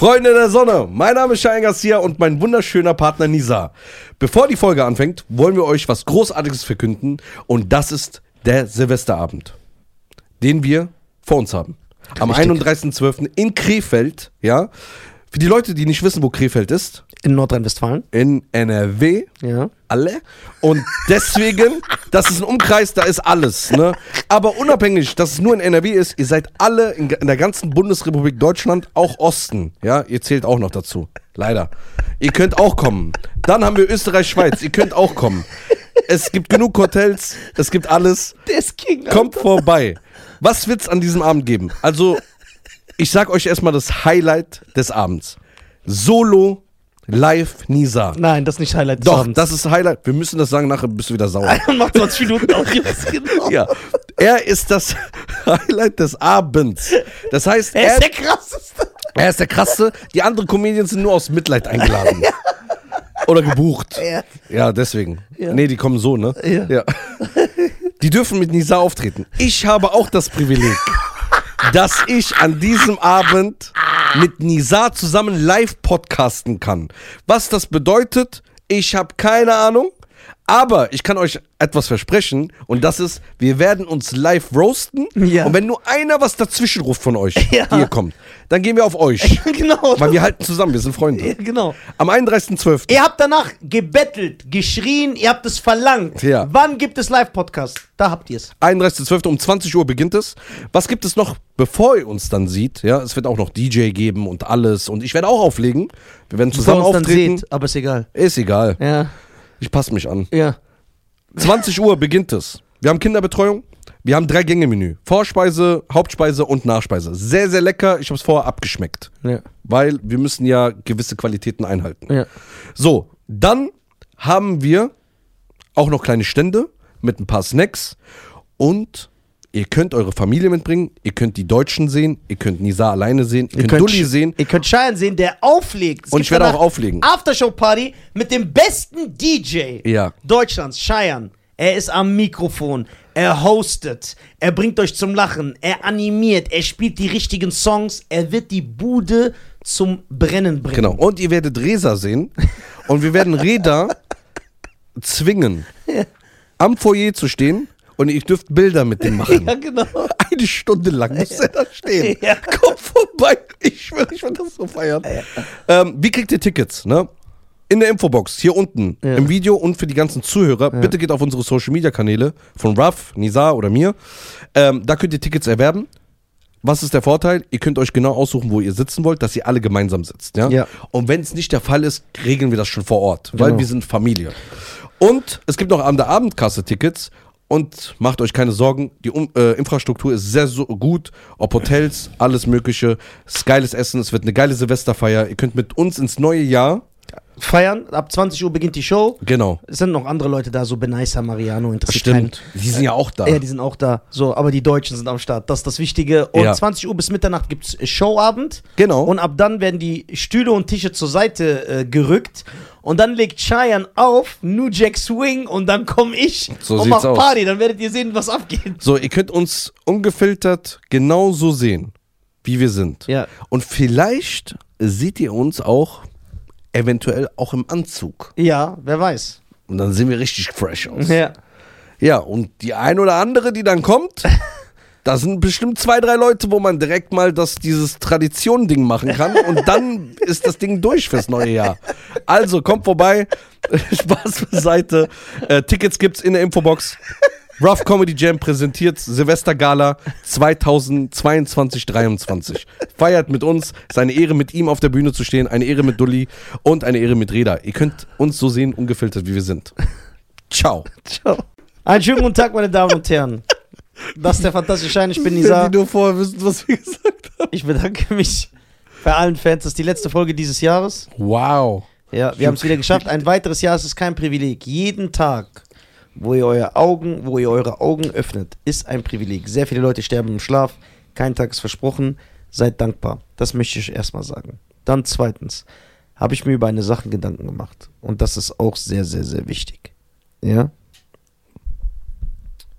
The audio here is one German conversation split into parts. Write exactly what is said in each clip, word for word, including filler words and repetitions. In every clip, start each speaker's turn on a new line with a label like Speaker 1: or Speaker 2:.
Speaker 1: Freunde der Sonne, mein Name ist Cheyenne Garcia und mein wunderschöner Partner Nizar. Bevor die Folge anfängt, wollen wir euch was Großartiges verkünden und das ist der Silvesterabend, den wir vor uns haben. Am einunddreißigsten zwölften in Krefeld, ja. Für die Leute, die nicht wissen, wo Krefeld ist.
Speaker 2: In Nordrhein-Westfalen.
Speaker 1: In N R W.
Speaker 2: Ja.
Speaker 1: Alle. Und deswegen, das ist ein Umkreis, da ist alles. Ne? Aber unabhängig, dass es nur in N R W ist, ihr seid alle in, in der ganzen Bundesrepublik Deutschland, auch Osten. Ja, ihr zählt auch noch dazu. Leider. Ihr könnt auch kommen. Dann haben wir Österreich, Schweiz. Ihr könnt auch kommen. Es gibt genug Hotels, es gibt alles.
Speaker 2: Der ist King,
Speaker 1: Kommt vorbei. Was wird's an diesem Abend geben? Also, ich sag euch erstmal das Highlight des Abends. Solo live Nizar.
Speaker 2: Nein, das ist nicht Highlight des
Speaker 1: Doch,
Speaker 2: Abends.
Speaker 1: das ist Highlight. Wir müssen das sagen, nachher bist du wieder sauer.
Speaker 2: Macht zwanzig Minuten auf, Jungs, genau.
Speaker 1: Ja, er ist das Highlight des Abends. Das heißt,
Speaker 2: Er
Speaker 1: er,
Speaker 2: ist der krasseste.
Speaker 1: er ist der krasseste. Die anderen Comedians sind nur aus Mitleid eingeladen. Oder gebucht.
Speaker 2: Ja.
Speaker 1: Ja, deswegen.
Speaker 2: Ja.
Speaker 1: Nee, die kommen so, ne?
Speaker 2: Ja.
Speaker 1: Ja. Die dürfen mit Nizar auftreten. Ich habe auch das Privileg, dass ich an diesem Abend mit Nizar zusammen live podcasten kann. Was das bedeutet, ich habe keine Ahnung. Aber ich kann euch etwas versprechen und das ist, wir werden uns live roasten
Speaker 2: Ja.
Speaker 1: und wenn nur einer was dazwischen ruft von euch,
Speaker 2: Ja.
Speaker 1: die hier kommt, dann gehen wir auf euch.
Speaker 2: Genau.
Speaker 1: Weil wir halten zusammen, wir sind Freunde.
Speaker 2: Ja, genau.
Speaker 1: Am einunddreißigsten zwölften
Speaker 2: Ihr habt danach gebettelt, geschrien, ihr habt es verlangt.
Speaker 1: Ja.
Speaker 2: Wann gibt es Live-Podcast? Da habt ihr es.
Speaker 1: einunddreißigsten zwölften um zwanzig Uhr beginnt es. Was gibt es noch, bevor ihr uns dann seht? Ja, es wird auch noch D J geben und alles und ich werde auch auflegen. Wir werden zusammen
Speaker 2: Bevor ihr uns
Speaker 1: auftreten.
Speaker 2: dann seht, aber ist egal.
Speaker 1: Ist egal.
Speaker 2: Ja.
Speaker 1: Ich passe mich an.
Speaker 2: Ja.
Speaker 1: zwanzig Uhr beginnt es. Wir haben Kinderbetreuung. Wir haben drei Gänge-Menü. Vorspeise, Hauptspeise und Nachspeise. Sehr, sehr lecker. Ich habe es vorher abgeschmeckt.
Speaker 2: Ja.
Speaker 1: Weil wir müssen ja gewisse Qualitäten einhalten.
Speaker 2: Ja.
Speaker 1: So, dann haben wir auch noch kleine Stände mit ein paar Snacks. Und ihr könnt eure Familie mitbringen. Ihr könnt die Deutschen sehen. Ihr könnt Nizar alleine sehen. Ihr,
Speaker 2: Ihr
Speaker 1: könnt Dulli sehen.
Speaker 2: Ihr könnt Cheyenne sehen, der auflegt. Es
Speaker 1: Und
Speaker 2: gibt
Speaker 1: ich werde
Speaker 2: danach
Speaker 1: auch auflegen.
Speaker 2: Aftershow-Party mit dem besten D J
Speaker 1: Ja.
Speaker 2: Deutschlands, Cheyenne. Er ist am Mikrofon, er hostet, er bringt euch zum Lachen, er animiert, er spielt die richtigen Songs, er wird die Bude zum Brennen bringen.
Speaker 1: Genau. Und ihr werdet Reza sehen. Und wir werden Reda zwingen, am Foyer zu stehen. Und ihr dürft Bilder mit dem machen.
Speaker 2: Ja, genau.
Speaker 1: Eine Stunde lang muss er da stehen.
Speaker 2: Ja.
Speaker 1: Kommt vorbei. Ich schwöre, ich würde das so feiern. Ähm, wie kriegt ihr Tickets? Ne? In der Infobox, hier unten,
Speaker 2: Ja.
Speaker 1: im Video und für die ganzen Zuhörer. Bitte geht auf unsere Social-Media-Kanäle von Ruff, Nizar oder mir. Ähm, da könnt ihr Tickets erwerben. Was ist der Vorteil? Ihr könnt euch genau aussuchen, wo ihr sitzen wollt, dass ihr alle gemeinsam sitzt. Ja?
Speaker 2: Ja.
Speaker 1: Und wenn es nicht der Fall ist, regeln wir das schon vor Ort, weil
Speaker 2: Genau.
Speaker 1: wir sind Familie. Und es gibt noch an der Abendkasse-Tickets. Und macht euch keine Sorgen, die um, äh, Infrastruktur ist sehr so gut, ob Hotels, alles mögliche, es ist geiles Essen, es wird eine geile Silvesterfeier, ihr könnt mit uns ins neue Jahr,
Speaker 2: Feiern, ab zwanzig Uhr beginnt die Show.
Speaker 1: genau,
Speaker 2: Es sind noch andere Leute da, so Benaisa, Mariano, interessiert
Speaker 1: stimmt, die sind ja auch da.
Speaker 2: keinen. Ja, die sind auch da. So, aber die Deutschen sind am Start. Das ist das Wichtige. Und
Speaker 1: Ja.
Speaker 2: zwanzig Uhr bis Mitternacht gibt es Showabend.
Speaker 1: Genau.
Speaker 2: Und ab dann werden die Stühle und Tische zur Seite äh, gerückt. Und dann legt Cheyenne auf, New Jack Swing und dann komme ich
Speaker 1: So
Speaker 2: und
Speaker 1: sieht's
Speaker 2: mach
Speaker 1: aus.
Speaker 2: Party. Dann werdet ihr sehen, was abgeht.
Speaker 1: So, ihr könnt uns ungefiltert genauso sehen, wie wir sind.
Speaker 2: Ja.
Speaker 1: Und vielleicht seht ihr uns auch eventuell auch im Anzug.
Speaker 2: Ja, wer weiß.
Speaker 1: Und dann sehen wir richtig fresh aus.
Speaker 2: Ja.
Speaker 1: Ja, und die ein oder andere, die dann kommt, da sind bestimmt zwei, drei Leute, wo man direkt mal das, dieses Tradition-Ding machen kann und dann ist das Ding durch fürs neue Jahr. Also, kommt vorbei, Spaß beiseite, äh, Tickets gibt's in der Infobox. Rough Comedy Jam präsentiert Silvester Gala zweitausendzweiundzwanzig dreiundzwanzig. Feiert mit uns, ist eine Ehre mit ihm auf der Bühne zu stehen, eine Ehre mit Dulli und eine Ehre mit Reda. Ihr könnt uns so sehen, ungefiltert wie wir sind. Ciao.
Speaker 2: Ciao. Einen schönen guten Tag, meine Damen und Herren. Das ist der fantastische Schein. Ich bin
Speaker 1: Wenn
Speaker 2: Nizar.
Speaker 1: die nur vorher wissen, was wir gesagt haben.
Speaker 2: Ich bedanke mich bei allen Fans. Das ist die letzte Folge dieses Jahres.
Speaker 1: Wow.
Speaker 2: Ja, wir haben es wieder geschafft. Ein weiteres Jahr ist es kein Privileg. Jeden Tag, wo ihr eure Augen, wo ihr eure Augen öffnet, ist ein Privileg. Sehr viele Leute sterben im Schlaf. Kein Tag ist versprochen. Seid dankbar. Das möchte ich erstmal sagen. Dann zweitens habe ich mir über eine Sache Gedanken gemacht. Und das ist auch sehr, sehr, sehr wichtig. Ja?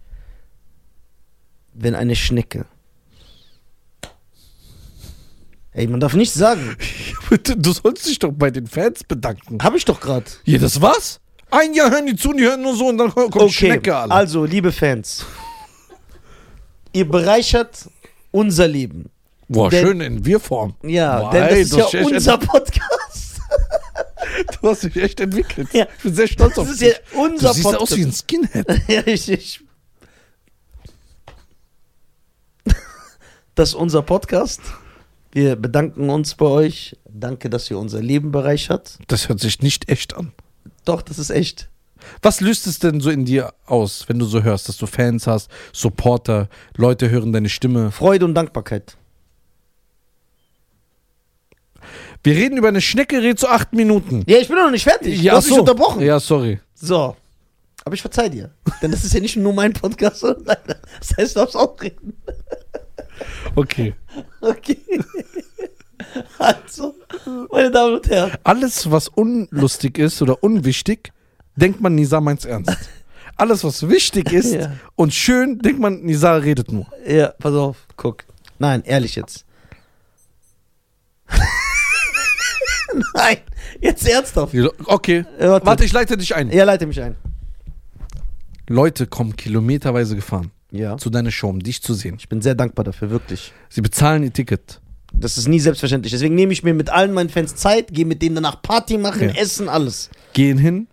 Speaker 2: Wenn eine Schnecke Ey, man darf nichts sagen.
Speaker 1: Du sollst dich doch bei den Fans bedanken.
Speaker 2: Hab ich doch gerade.
Speaker 1: Ja, das war's? Ein Jahr hören die zu und die hören nur so und dann kommt
Speaker 2: Okay,
Speaker 1: Schnecke alle.
Speaker 2: also, liebe Fans. Ihr bereichert unser Leben.
Speaker 1: Boah,
Speaker 2: denn-
Speaker 1: schön in Wir-Form.
Speaker 2: Ja,
Speaker 1: Boah,
Speaker 2: denn das
Speaker 1: ey,
Speaker 2: ist
Speaker 1: du
Speaker 2: ja
Speaker 1: hast dich echt
Speaker 2: unser
Speaker 1: ent-
Speaker 2: Podcast.
Speaker 1: Du hast dich echt entwickelt.
Speaker 2: Ja.
Speaker 1: Ich bin sehr stolz auf
Speaker 2: Das ist
Speaker 1: dich.
Speaker 2: ja unser
Speaker 1: Du siehst
Speaker 2: Podcast.
Speaker 1: aus wie ein Skinhead.
Speaker 2: Ja, richtig. Das ist unser Podcast. Wir bedanken uns bei euch. Danke, dass ihr unser Leben bereichert.
Speaker 1: Das hört sich nicht echt an.
Speaker 2: Doch, das ist echt.
Speaker 1: Was löst es denn so in dir aus, wenn du so hörst, dass du Fans hast, Supporter, Leute hören deine Stimme?
Speaker 2: Freude und Dankbarkeit.
Speaker 1: Wir reden über eine Schnecke, red so acht Minuten.
Speaker 2: Ja, ich bin noch nicht fertig. du hast mich
Speaker 1: so.
Speaker 2: unterbrochen.
Speaker 1: Ja, sorry.
Speaker 2: So. Aber ich verzeih dir. Denn das ist ja nicht nur mein Podcast, sondern deiner. Das heißt, du darfst auch reden.
Speaker 1: Okay.
Speaker 2: Okay. Also, meine Damen und Herren.
Speaker 1: Alles, was unlustig ist oder unwichtig, denkt man, Nisa meint's ernst. Alles, was wichtig ist
Speaker 2: Ja.
Speaker 1: und schön, denkt man, Nisa redet nur.
Speaker 2: Ja, pass auf. Guck. Nein, ehrlich jetzt. Nein, jetzt ernsthaft.
Speaker 1: Okay,
Speaker 2: Ja, warte.
Speaker 1: warte, ich leite dich ein.
Speaker 2: Ja, leite mich ein.
Speaker 1: Leute kommen kilometerweise gefahren
Speaker 2: Ja.
Speaker 1: zu deiner Show, um dich zu sehen.
Speaker 2: Ich bin sehr dankbar dafür, wirklich.
Speaker 1: Sie bezahlen ihr Ticket.
Speaker 2: Das ist nie selbstverständlich. Deswegen nehme ich mir mit allen meinen Fans Zeit, gehe mit denen danach Party machen,
Speaker 1: Ja.
Speaker 2: essen, alles.
Speaker 1: Gehen hin,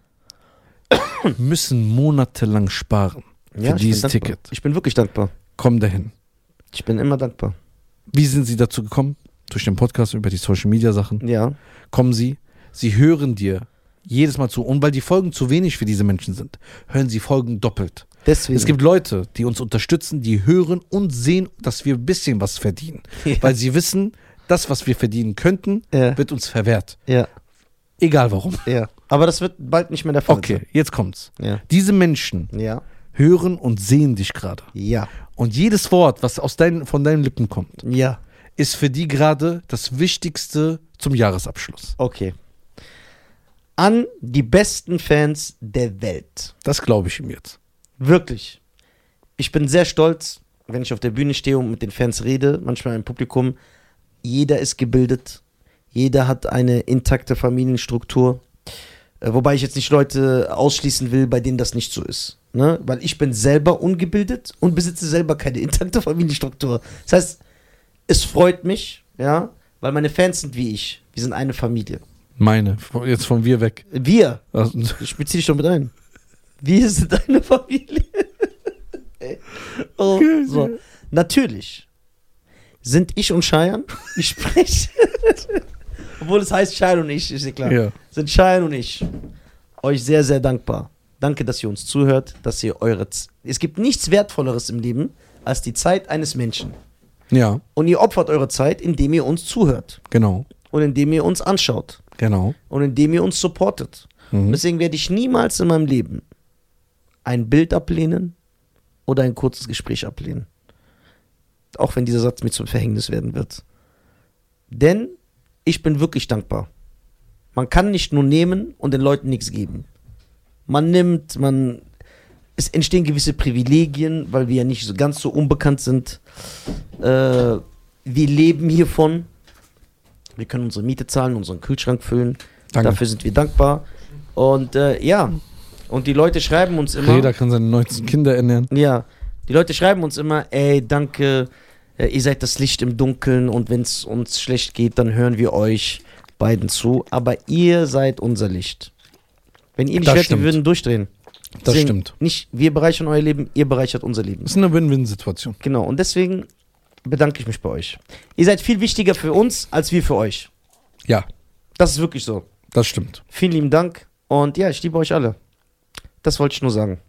Speaker 1: müssen monatelang sparen für
Speaker 2: Ja, ich
Speaker 1: dieses
Speaker 2: bin dankbar.
Speaker 1: Ticket.
Speaker 2: Ich bin wirklich dankbar.
Speaker 1: Kommen dahin.
Speaker 2: Ich bin immer dankbar.
Speaker 1: Wie sind sie dazu gekommen? Durch den Podcast, über die Social Media Sachen.
Speaker 2: Ja.
Speaker 1: Kommen sie, sie hören dir jedes Mal zu. Und weil die Folgen zu wenig für diese Menschen sind, hören sie Folgen doppelt.
Speaker 2: Deswegen.
Speaker 1: Es gibt Leute, die uns unterstützen, die hören und sehen, dass wir ein bisschen was verdienen.
Speaker 2: Ja.
Speaker 1: Weil sie wissen, das, was wir verdienen könnten,
Speaker 2: Ja.
Speaker 1: wird uns verwehrt.
Speaker 2: Ja,
Speaker 1: Egal warum.
Speaker 2: ja. Aber das wird bald nicht mehr der Fall
Speaker 1: Okay, jetzt kommt's.
Speaker 2: sein. Ja.
Speaker 1: Diese Menschen
Speaker 2: Ja.
Speaker 1: hören und sehen dich gerade.
Speaker 2: Ja.
Speaker 1: Und jedes Wort, was aus deinen, von deinen Lippen kommt,
Speaker 2: Ja.
Speaker 1: ist für die gerade das Wichtigste zum Jahresabschluss.
Speaker 2: Okay. An die besten Fans der Welt.
Speaker 1: Das glaube ich ihm jetzt.
Speaker 2: Wirklich. Ich bin sehr stolz, wenn ich auf der Bühne stehe und mit den Fans rede, manchmal im Publikum. Jeder ist gebildet. Jeder hat eine intakte Familienstruktur. Äh, Wobei ich jetzt nicht Leute ausschließen will, bei denen das nicht so ist. Ne? Weil ich bin selber ungebildet und besitze selber keine intakte Familienstruktur. Das heißt, es freut mich, ja, weil meine Fans sind wie ich. Wir sind eine Familie.
Speaker 1: Meine, jetzt von wir weg.
Speaker 2: Wir,
Speaker 1: Also,
Speaker 2: ich beziehe dich doch mit ein. Wir sind eine Familie. Ey. Oh, so. Natürlich sind ich und Cheyenne, ich spreche, obwohl es heißt Cheyenne und ich, ist ja klar,
Speaker 1: Ja.
Speaker 2: sind Cheyenne und ich euch sehr, sehr dankbar. Danke, dass ihr uns zuhört, dass ihr eure, Z- es gibt nichts Wertvolleres im Leben als die Zeit eines Menschen.
Speaker 1: Ja,
Speaker 2: Und ihr opfert eure Zeit, indem ihr uns zuhört
Speaker 1: genau,
Speaker 2: und indem ihr uns anschaut
Speaker 1: genau.
Speaker 2: und indem ihr uns supportet.
Speaker 1: Mhm.
Speaker 2: Deswegen werde ich niemals in meinem Leben ein Bild ablehnen oder ein kurzes Gespräch ablehnen. Auch wenn dieser Satz mir zum Verhängnis werden wird. Denn ich bin wirklich dankbar. Man kann nicht nur nehmen und den Leuten nichts geben. Man nimmt, man... Es entstehen gewisse Privilegien, weil wir ja nicht so ganz so unbekannt sind. Äh, wir leben hiervon. Wir können unsere Miete zahlen, unseren Kühlschrank füllen.
Speaker 1: Danke.
Speaker 2: Dafür sind wir dankbar. Und äh, ja, und die Leute schreiben uns immer.
Speaker 1: Jeder kann seine neunzehn Kinder ernähren.
Speaker 2: Ja, die Leute schreiben uns immer, ey, danke, äh, ihr seid das Licht im Dunkeln und wenn es uns schlecht geht, dann hören wir euch beiden zu. Aber ihr seid unser Licht. Wenn ihr nicht
Speaker 1: Das
Speaker 2: wärt, wir
Speaker 1: stimmt.
Speaker 2: würden durchdrehen.
Speaker 1: Das
Speaker 2: Deswegen
Speaker 1: stimmt.
Speaker 2: Nicht wir bereichern euer Leben, ihr bereichert unser Leben.
Speaker 1: Das ist eine Win-Win-Situation.
Speaker 2: Genau, und deswegen bedanke ich mich bei euch. Ihr seid viel wichtiger für uns, als wir für euch.
Speaker 1: Ja,
Speaker 2: Das ist wirklich so.
Speaker 1: das stimmt.
Speaker 2: Vielen lieben Dank und ja, ich liebe euch alle. Das wollte ich nur sagen.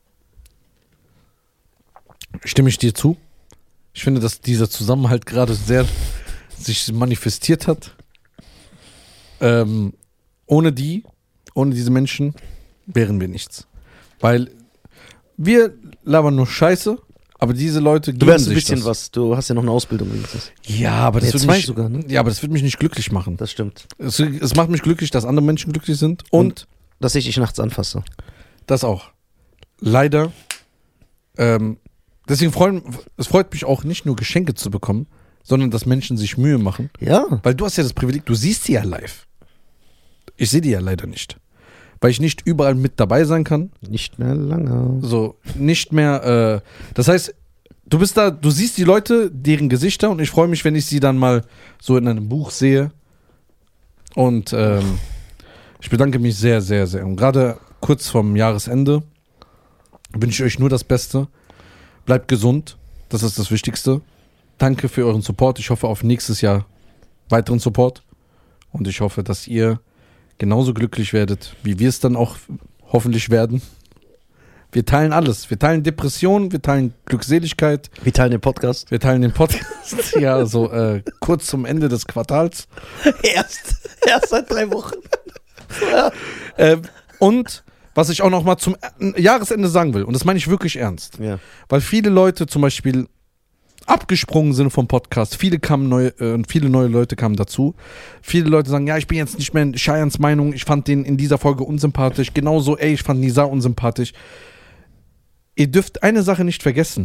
Speaker 1: Stimme ich dir zu? Ich finde, dass dieser Zusammenhalt gerade sehr sich manifestiert hat. Ähm, ohne die, ohne diese Menschen wären wir nichts. Weil wir labern nur Scheiße, aber diese Leute
Speaker 2: Du
Speaker 1: geben
Speaker 2: wärst ein
Speaker 1: sich
Speaker 2: bisschen
Speaker 1: das.
Speaker 2: was. Du hast ja noch eine Ausbildung wenigstens.
Speaker 1: Ja, aber das
Speaker 2: Ja,
Speaker 1: wird
Speaker 2: zwei
Speaker 1: mich,
Speaker 2: sogar, ne?
Speaker 1: ja, aber das wird mich nicht glücklich machen.
Speaker 2: Das stimmt.
Speaker 1: Es, es macht mich glücklich, dass andere Menschen glücklich sind und
Speaker 2: Dass ich dich nachts anfasse.
Speaker 1: das auch. Leider. Ähm, deswegen freuen, es freut mich auch nicht nur Geschenke zu bekommen, sondern dass Menschen sich Mühe machen.
Speaker 2: Ja.
Speaker 1: Weil du hast ja das Privileg, du siehst sie ja live. Ich sehe die ja leider nicht. Weil ich nicht überall mit dabei sein kann.
Speaker 2: Nicht mehr lange.
Speaker 1: So, nicht mehr, äh, das heißt, du bist da, du siehst die Leute, deren Gesichter und ich freue mich, wenn ich sie dann mal so in einem Buch sehe. Und ähm, ich bedanke mich sehr, sehr, sehr. Und gerade kurz vorm Jahresende wünsche ich euch nur das Beste. Bleibt gesund, das ist das Wichtigste. Danke für euren Support. Ich hoffe auf nächstes Jahr weiteren Support. Und ich hoffe, dass ihr genauso glücklich werdet, wie wir es dann auch hoffentlich werden. Wir teilen alles. Wir teilen Depressionen, wir teilen Glückseligkeit.
Speaker 2: Wir teilen den Podcast.
Speaker 1: Wir teilen den Podcast. Ja, so äh, kurz zum Ende des Quartals.
Speaker 2: Erst. Erst seit drei Wochen. Ja.
Speaker 1: Äh, und was ich auch noch mal zum Jahresende sagen will, und das meine ich wirklich ernst,
Speaker 2: Ja.
Speaker 1: weil viele Leute zum Beispiel abgesprungen sind vom Podcast, viele kamen neue, äh, viele neue Leute kamen dazu. Viele Leute sagen, ja, ich bin jetzt nicht mehr in Cheyans Meinung, ich fand den in dieser Folge unsympathisch, genauso, ey, ich fand Nizar unsympathisch. Ihr dürft eine Sache nicht vergessen.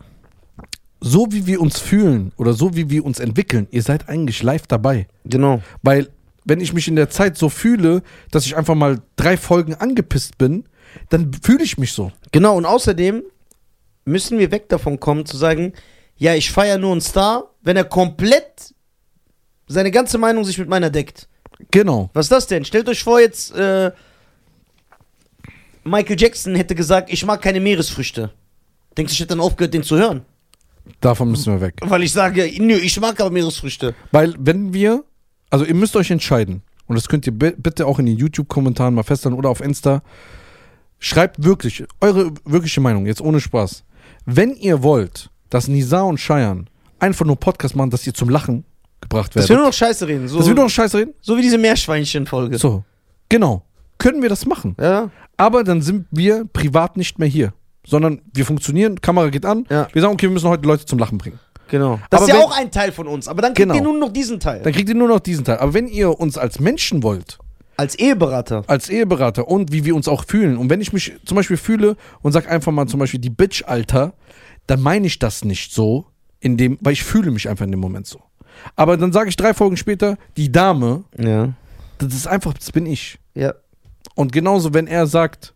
Speaker 1: So wie wir uns fühlen oder so wie wir uns entwickeln, ihr seid eigentlich live dabei.
Speaker 2: Genau.
Speaker 1: Weil, wenn ich mich in der Zeit so fühle, dass ich einfach mal drei Folgen angepisst bin, dann fühle ich mich so.
Speaker 2: Genau, und außerdem müssen wir weg davon kommen, zu sagen, ja, ich feiere nur einen Star, wenn er komplett seine ganze Meinung sich mit meiner deckt.
Speaker 1: Genau.
Speaker 2: Was ist das denn? Stellt euch vor, jetzt äh, Michael Jackson hätte gesagt, ich mag keine Meeresfrüchte. Denkst du, ich hätte dann aufgehört, den zu hören?
Speaker 1: Davon müssen wir weg.
Speaker 2: Weil ich sage, nö, ich mag aber Meeresfrüchte.
Speaker 1: Weil, wenn wir, also ihr müsst euch entscheiden, und das könnt ihr b- bitte auch in den YouTube-Kommentaren mal festhalten oder auf Insta, schreibt wirklich eure wirkliche Meinung, jetzt ohne Spaß. Wenn ihr wollt, dass Nizar und Cheyenne einfach nur Podcast machen, dass ihr zum Lachen gebracht werdet.
Speaker 2: Dass wir nur noch Scheiße reden. So,
Speaker 1: dass wir nur noch Scheiße reden?
Speaker 2: so wie diese Meerschweinchen-Folge.
Speaker 1: So, genau. Können wir das machen.
Speaker 2: Ja.
Speaker 1: Aber dann sind wir privat nicht mehr hier. Sondern wir funktionieren, Kamera geht an,
Speaker 2: Ja.
Speaker 1: wir sagen, okay, wir müssen heute Leute zum Lachen bringen.
Speaker 2: Genau. Das
Speaker 1: Aber
Speaker 2: ist ja
Speaker 1: wenn-
Speaker 2: auch ein Teil von uns, aber dann kriegt
Speaker 1: Genau.
Speaker 2: ihr nur noch diesen Teil.
Speaker 1: Dann kriegt ihr nur noch diesen Teil. Aber wenn ihr uns als Menschen wollt,
Speaker 2: Als Eheberater.
Speaker 1: als Eheberater und wie wir uns auch fühlen, und wenn ich mich zum Beispiel fühle und sag einfach mal zum Beispiel die Bitch, Alter, dann meine ich das nicht so, in dem, weil ich fühle mich einfach in dem Moment so. Aber dann sage ich drei Folgen später, die Dame,
Speaker 2: Ja.
Speaker 1: das ist einfach, das bin ich.
Speaker 2: Ja.
Speaker 1: Und genauso, wenn er sagt,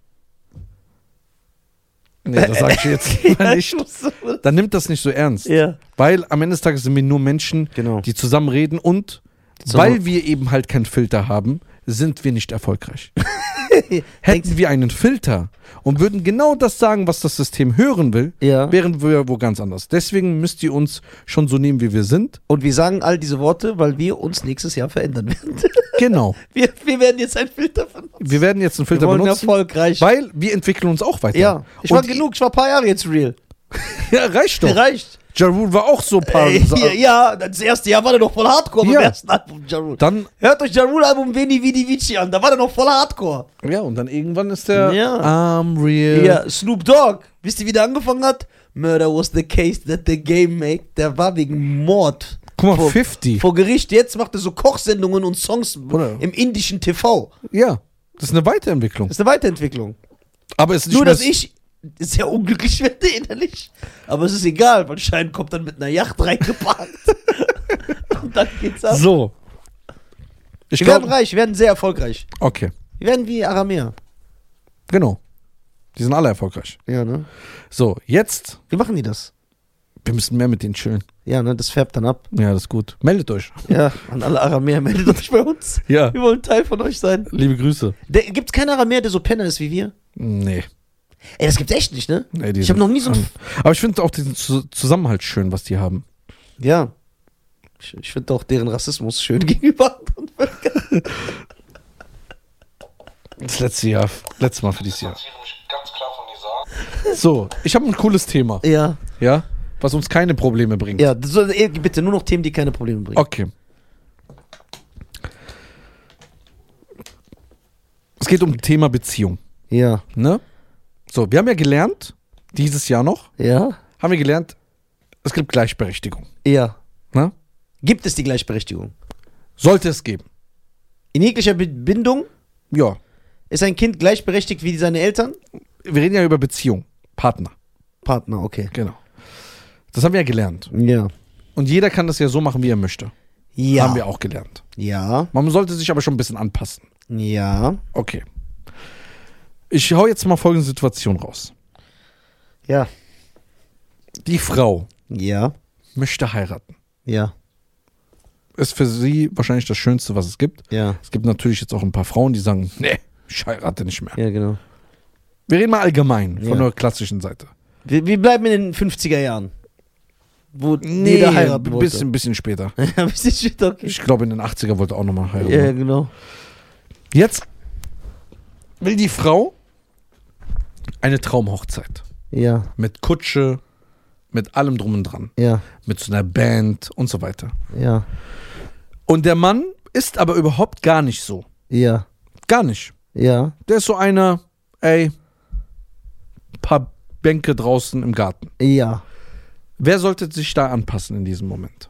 Speaker 1: nee, das sage ich jetzt lieber nicht, dann nimmt das nicht so ernst.
Speaker 2: Ja.
Speaker 1: Weil am Ende des Tages sind wir nur Menschen,
Speaker 2: Genau.
Speaker 1: die zusammen reden und
Speaker 2: So.
Speaker 1: weil wir eben halt keinen Filter haben, sind wir nicht erfolgreich. Hätten wir einen Filter und würden genau das sagen, was das System hören will,
Speaker 2: Ja.
Speaker 1: wären wir wo ganz anders. Deswegen müsst ihr uns schon so nehmen, wie wir sind.
Speaker 2: Und wir sagen all diese Worte, weil wir uns nächstes Jahr verändern werden.
Speaker 1: Genau.
Speaker 2: Wir, wir werden jetzt ein Filter von uns.
Speaker 1: Wir werden jetzt einen
Speaker 2: Wir
Speaker 1: Filter
Speaker 2: wollen
Speaker 1: benutzen,
Speaker 2: erfolgreich.
Speaker 1: weil wir entwickeln uns auch weiter.
Speaker 2: Ja. Ich
Speaker 1: Und
Speaker 2: war genug, ich war ein paar Jahre jetzt real.
Speaker 1: Ja, reicht doch.
Speaker 2: Reicht.
Speaker 1: Ja Rule war auch so ein paar
Speaker 2: Ey, ja, ja, das erste Jahr war der noch voll Hardcore
Speaker 1: Ja.
Speaker 2: beim ersten Album Ja Rule.
Speaker 1: Dann,
Speaker 2: Hört euch Ja Rule Album Veni Vidi Vici an, da war der noch voll Hardcore.
Speaker 1: ja, und dann irgendwann ist der
Speaker 2: Ja.
Speaker 1: I'm real.
Speaker 2: Ja, Snoop Dogg, wisst ihr, wie der angefangen hat? Murder was the case that the game made. Der war wegen Mord.
Speaker 1: Guck mal,
Speaker 2: vor,
Speaker 1: fifty.
Speaker 2: vor Gericht. Jetzt macht er so Kochsendungen und Songs
Speaker 1: Oder?
Speaker 2: im indischen T V.
Speaker 1: Ja, das ist eine Weiterentwicklung.
Speaker 2: Das ist eine Weiterentwicklung.
Speaker 1: Aber es ist nicht
Speaker 2: Nur,
Speaker 1: mehr
Speaker 2: dass ich sehr unglücklich werde innerlich. Aber es ist egal, weil Schein kommt dann mit einer Yacht reingeparkt. Und dann geht's ab.
Speaker 1: so. Ich
Speaker 2: Wir werden
Speaker 1: glaube,
Speaker 2: reich, wir werden sehr erfolgreich.
Speaker 1: okay,
Speaker 2: Wir werden wie Aramea.
Speaker 1: genau. Die sind alle erfolgreich.
Speaker 2: Ja, ne?
Speaker 1: So, jetzt,
Speaker 2: Wie machen die das?
Speaker 1: wir müssen mehr mit denen chillen.
Speaker 2: Ja, ne? Das färbt dann ab.
Speaker 1: Ja, das ist gut. Meldet euch.
Speaker 2: Ja, an alle Aramäer, meldet euch bei uns.
Speaker 1: Ja,
Speaker 2: Wir wollen Teil von euch sein.
Speaker 1: liebe Grüße.
Speaker 2: Der, gibt's keinen Aramäer, der so Penner ist wie wir?
Speaker 1: Nee.
Speaker 2: Ey, das gibt's echt nicht, ne?
Speaker 1: nee die
Speaker 2: Ich habe
Speaker 1: sind
Speaker 2: noch nie so ein...
Speaker 1: an- Aber ich finde auch diesen Zu- Zusammenhalt schön, was die haben.
Speaker 2: Ja. Ich, ich finde auch deren Rassismus schön gegenüber anderen Völkern.
Speaker 1: Das letzte Jahr, letztes Mal für dieses Jahr.
Speaker 3: Ich mich ganz klar von Nizar.
Speaker 1: So, ich habe ein cooles Thema,
Speaker 2: Ja.
Speaker 1: ja, was uns keine Probleme bringt.
Speaker 2: Ja, das soll, ey, bitte nur noch Themen, die keine Probleme bringen.
Speaker 1: Okay. Es geht um das Thema Beziehung,
Speaker 2: Ja.
Speaker 1: ne? So, wir haben ja gelernt, dieses Jahr noch,
Speaker 2: Ja?
Speaker 1: haben wir gelernt, es gibt Gleichberechtigung,
Speaker 2: Ja.
Speaker 1: ne?
Speaker 2: Gibt es die Gleichberechtigung?
Speaker 1: Sollte es geben.
Speaker 2: In jeglicher Be- Bindung
Speaker 1: Ja.
Speaker 2: ist ein Kind gleichberechtigt wie seine Eltern?
Speaker 1: Wir reden ja über Beziehung, Partner,
Speaker 2: Partner, okay.
Speaker 1: genau. Das haben wir ja gelernt.
Speaker 2: Ja.
Speaker 1: Und jeder kann das ja so machen, wie er möchte.
Speaker 2: Ja.
Speaker 1: Haben wir auch gelernt.
Speaker 2: Ja.
Speaker 1: Man sollte sich aber schon ein bisschen anpassen.
Speaker 2: Ja.
Speaker 1: Okay. Ich hau jetzt mal folgende Situation raus.
Speaker 2: Ja.
Speaker 1: Die Frau
Speaker 2: Ja.
Speaker 1: möchte heiraten.
Speaker 2: Ja.
Speaker 1: Ist für sie wahrscheinlich das Schönste, was es gibt.
Speaker 2: Ja.
Speaker 1: Es gibt natürlich jetzt auch ein paar Frauen, die sagen, nee, ich heirate nicht mehr.
Speaker 2: Ja, genau.
Speaker 1: Wir reden mal allgemein von
Speaker 2: Ja.
Speaker 1: der klassischen Seite.
Speaker 2: Wir, wir bleiben in den fünfziger Jahren. Wo
Speaker 1: Nee,
Speaker 2: jeder heiraten
Speaker 1: ein
Speaker 2: wollte.
Speaker 1: bisschen, bisschen später.
Speaker 2: Ein bisschen shit, okay.
Speaker 1: Ich glaube, in den achtziger wollte auch nochmal heiraten.
Speaker 2: Ja, genau.
Speaker 1: Jetzt will die Frau eine Traumhochzeit.
Speaker 2: Ja.
Speaker 1: Mit Kutsche, mit allem drum und dran.
Speaker 2: Ja.
Speaker 1: Mit so einer Band und so weiter.
Speaker 2: Ja.
Speaker 1: Und der Mann ist aber überhaupt gar nicht so.
Speaker 2: Ja.
Speaker 1: Gar nicht.
Speaker 2: Ja.
Speaker 1: Der ist so einer, ey, paar Bänke draußen im Garten.
Speaker 2: Ja.
Speaker 1: Wer sollte sich da anpassen in diesem Moment?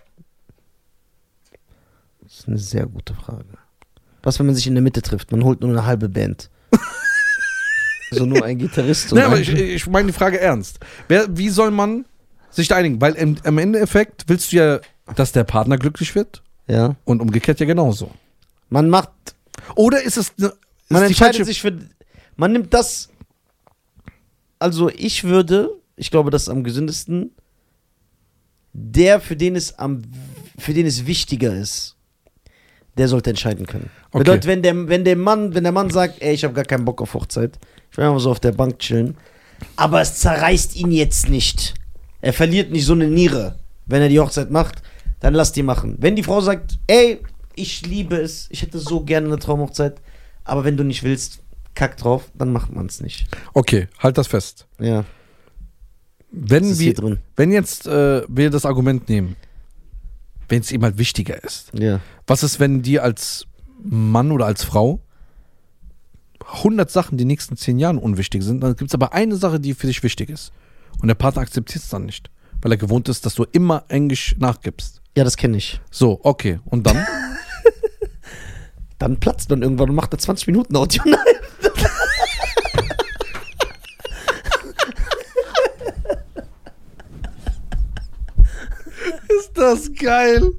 Speaker 2: Das ist eine sehr gute Frage. Was, wenn man sich in der Mitte trifft? Man holt nur eine halbe Band. So nur ein Gitarrist. und
Speaker 1: Nein, aber
Speaker 2: ein-
Speaker 1: ich, ich meine die Frage ernst. Wer, wie soll man sich da einigen? Weil im, im Endeffekt willst du ja, dass der Partner glücklich wird
Speaker 2: Ja.
Speaker 1: und umgekehrt ja genauso.
Speaker 2: Man macht,
Speaker 1: Oder ist es... Ne, ist
Speaker 2: man
Speaker 1: die
Speaker 2: entscheidet
Speaker 1: falsche-
Speaker 2: sich für, man nimmt das, also ich würde, ich glaube, das ist am gesündesten, der, für den es am, für den es wichtiger ist, der sollte entscheiden können.
Speaker 1: Okay.
Speaker 2: Bedeutet, wenn der, wenn der Mann, wenn der Mann sagt, ey, ich habe gar keinen Bock auf Hochzeit, ich will einfach so auf der Bank chillen, aber es zerreißt ihn jetzt nicht. Er verliert nicht so eine Niere, wenn er die Hochzeit macht, dann lass die machen. Wenn die Frau sagt, ey, ich liebe es, ich hätte so gerne eine Traumhochzeit, aber wenn du nicht willst, kack drauf, dann macht man es nicht.
Speaker 1: Okay, halt das fest.
Speaker 2: Ja,
Speaker 1: Wenn,
Speaker 2: das ist
Speaker 1: wir,
Speaker 2: hier drin.
Speaker 1: wenn jetzt äh, wir das Argument nehmen, wenn es ihm halt wichtiger ist.
Speaker 2: Ja.
Speaker 1: Was ist, wenn dir als Mann oder als Frau hundert Sachen die nächsten zehn Jahren unwichtig sind, dann gibt es aber eine Sache, die für dich wichtig ist. Und der Partner akzeptiert es dann nicht, weil er gewohnt ist, dass du immer Englisch nachgibst.
Speaker 2: Ja, das kenne ich.
Speaker 1: So, okay. Und dann?
Speaker 2: Dann platzt man irgendwann und macht da zwanzig Minuten Audio. Nein.
Speaker 1: Ist das geil?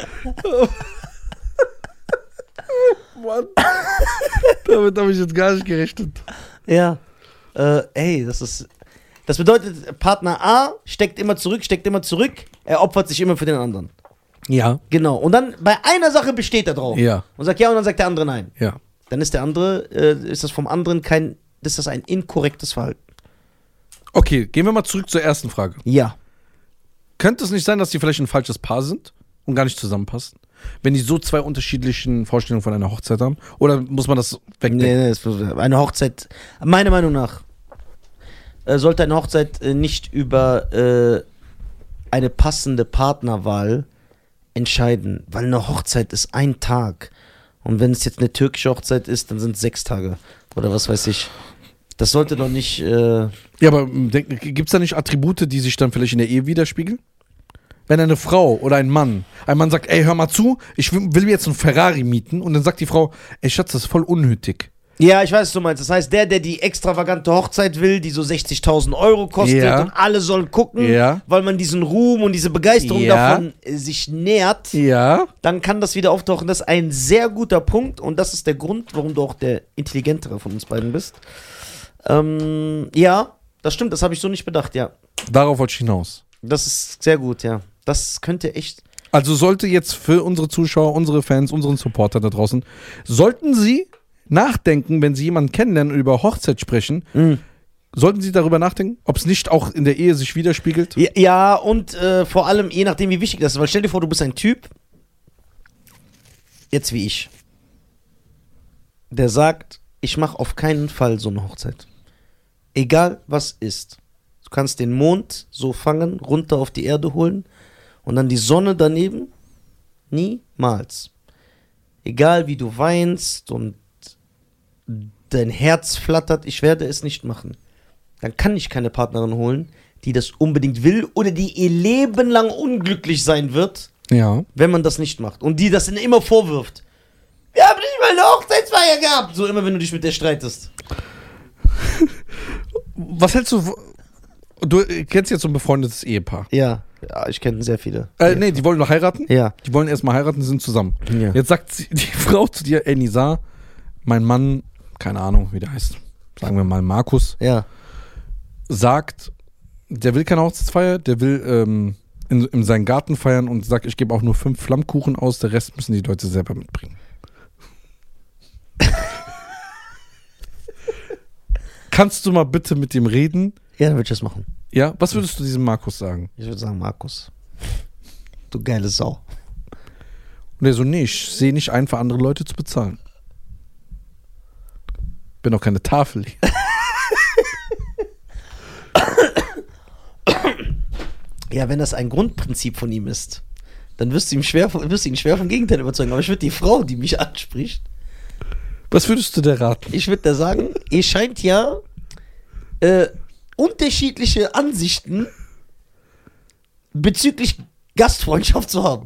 Speaker 1: Mann. Damit habe ich jetzt gar nicht gerechnet.
Speaker 2: Ja. Äh, ey, das ist. Das bedeutet, Partner A steckt immer zurück, steckt immer zurück, er opfert sich immer für den anderen.
Speaker 1: Ja.
Speaker 2: Genau. Und dann bei einer Sache besteht er drauf.
Speaker 1: Ja.
Speaker 2: Und sagt ja, und dann sagt der andere nein.
Speaker 1: Ja.
Speaker 2: Dann ist der andere, äh, ist das vom anderen kein, ist das ein inkorrektes Verhalten.
Speaker 1: Okay, gehen wir mal zurück zur ersten Frage.
Speaker 2: Ja.
Speaker 1: Könnte es nicht sein, dass die vielleicht ein falsches Paar sind und gar nicht zusammenpassen? Wenn die so zwei unterschiedlichen Vorstellungen von einer Hochzeit haben? Oder muss man das wegdenken?
Speaker 2: Nee, nee, das ist eine Hochzeit, meiner Meinung nach, äh, sollte eine Hochzeit äh, nicht über äh, eine passende Partnerwahl entscheiden, weil eine Hochzeit ist ein Tag. Und wenn es jetzt eine türkische Hochzeit ist, dann sind es sechs Tage. Oder was weiß ich. Das sollte doch nicht. Äh
Speaker 1: Ja, aber gibt es da nicht Attribute, die sich dann vielleicht in der Ehe widerspiegeln? Wenn eine Frau oder ein Mann, ein Mann sagt, ey, hör mal zu, ich will, will mir jetzt einen Ferrari mieten, und dann sagt die Frau, ey Schatz, das ist voll unnötig.
Speaker 2: ja, ich weiß, was du meinst. Das heißt, der, der die extravagante Hochzeit will, die so sechzigtausend Euro kostet
Speaker 1: Ja.
Speaker 2: und alle sollen gucken,
Speaker 1: Ja.
Speaker 2: weil man diesen Ruhm und diese Begeisterung
Speaker 1: Ja.
Speaker 2: davon äh, sich nähert,
Speaker 1: Ja.
Speaker 2: dann kann das wieder auftauchen. Das ist ein sehr guter Punkt und das ist der Grund, warum du auch der intelligentere von uns beiden bist. Ähm, ja, das stimmt, das habe ich so nicht bedacht, ja.
Speaker 1: Darauf wollte ich hinaus.
Speaker 2: Das ist sehr gut, ja. Das könnte echt.
Speaker 1: Also sollte jetzt für unsere Zuschauer, unsere Fans, unseren Supporter da draußen, sollten sie nachdenken, wenn sie jemanden kennenlernen und über Hochzeit sprechen,
Speaker 2: Mhm.
Speaker 1: sollten sie darüber nachdenken, ob es nicht auch in der Ehe sich widerspiegelt?
Speaker 2: Ja, ja und äh, vor allem, je nachdem, wie wichtig das ist. Weil stell dir vor, du bist ein Typ, jetzt wie ich, der sagt, ich mache auf keinen Fall so eine Hochzeit. Egal was ist. Du kannst den Mond so fangen, runter auf die Erde holen und dann die Sonne daneben. Niemals. Egal wie du weinst und dein Herz flattert, ich werde es nicht machen. Dann kann ich keine Partnerin holen, die das unbedingt will oder die ihr Leben lang unglücklich sein wird,
Speaker 1: Ja.
Speaker 2: wenn man das nicht macht. Und die das dann immer vorwirft. Wir haben nicht mal eine Hochzeitsfeier gehabt. So immer, wenn du dich mit der streitest.
Speaker 1: Was hältst du, du kennst jetzt so ein befreundetes Ehepaar.
Speaker 2: Ja. Ja, ich kenne sehr viele.
Speaker 1: Äh, nee, die wollen noch heiraten.
Speaker 2: Ja.
Speaker 1: Die wollen erstmal heiraten, sind zusammen.
Speaker 2: Ja.
Speaker 1: Jetzt sagt sie, die Frau zu dir, ey Nisa, mein Mann, keine Ahnung, wie der heißt, sagen wir mal Markus,
Speaker 2: Ja.
Speaker 1: sagt, der will keine Hochzeitsfeier, der will ähm, in, in seinen Garten feiern und sagt, ich gebe auch nur fünf Flammkuchen aus, der Rest müssen die Leute selber mitbringen. Kannst du mal bitte mit dem reden?
Speaker 2: Ja, dann würde ich das machen.
Speaker 1: Ja, was würdest du diesem Markus sagen?
Speaker 2: Ich würde sagen, Markus, du geile Sau.
Speaker 1: Und er so, nee, ich sehe nicht ein, für andere Leute zu bezahlen. Bin auch keine Tafel.
Speaker 2: Ja, wenn das ein Grundprinzip von ihm ist, dann wirst du ihm schwer, wirst du ihn schwer vom Gegenteil überzeugen. Aber ich würde die Frau, die mich anspricht,
Speaker 1: Was würdest du dir raten?
Speaker 2: ich würde da sagen, ihr scheint ja äh, unterschiedliche Ansichten bezüglich Gastfreundschaft zu haben.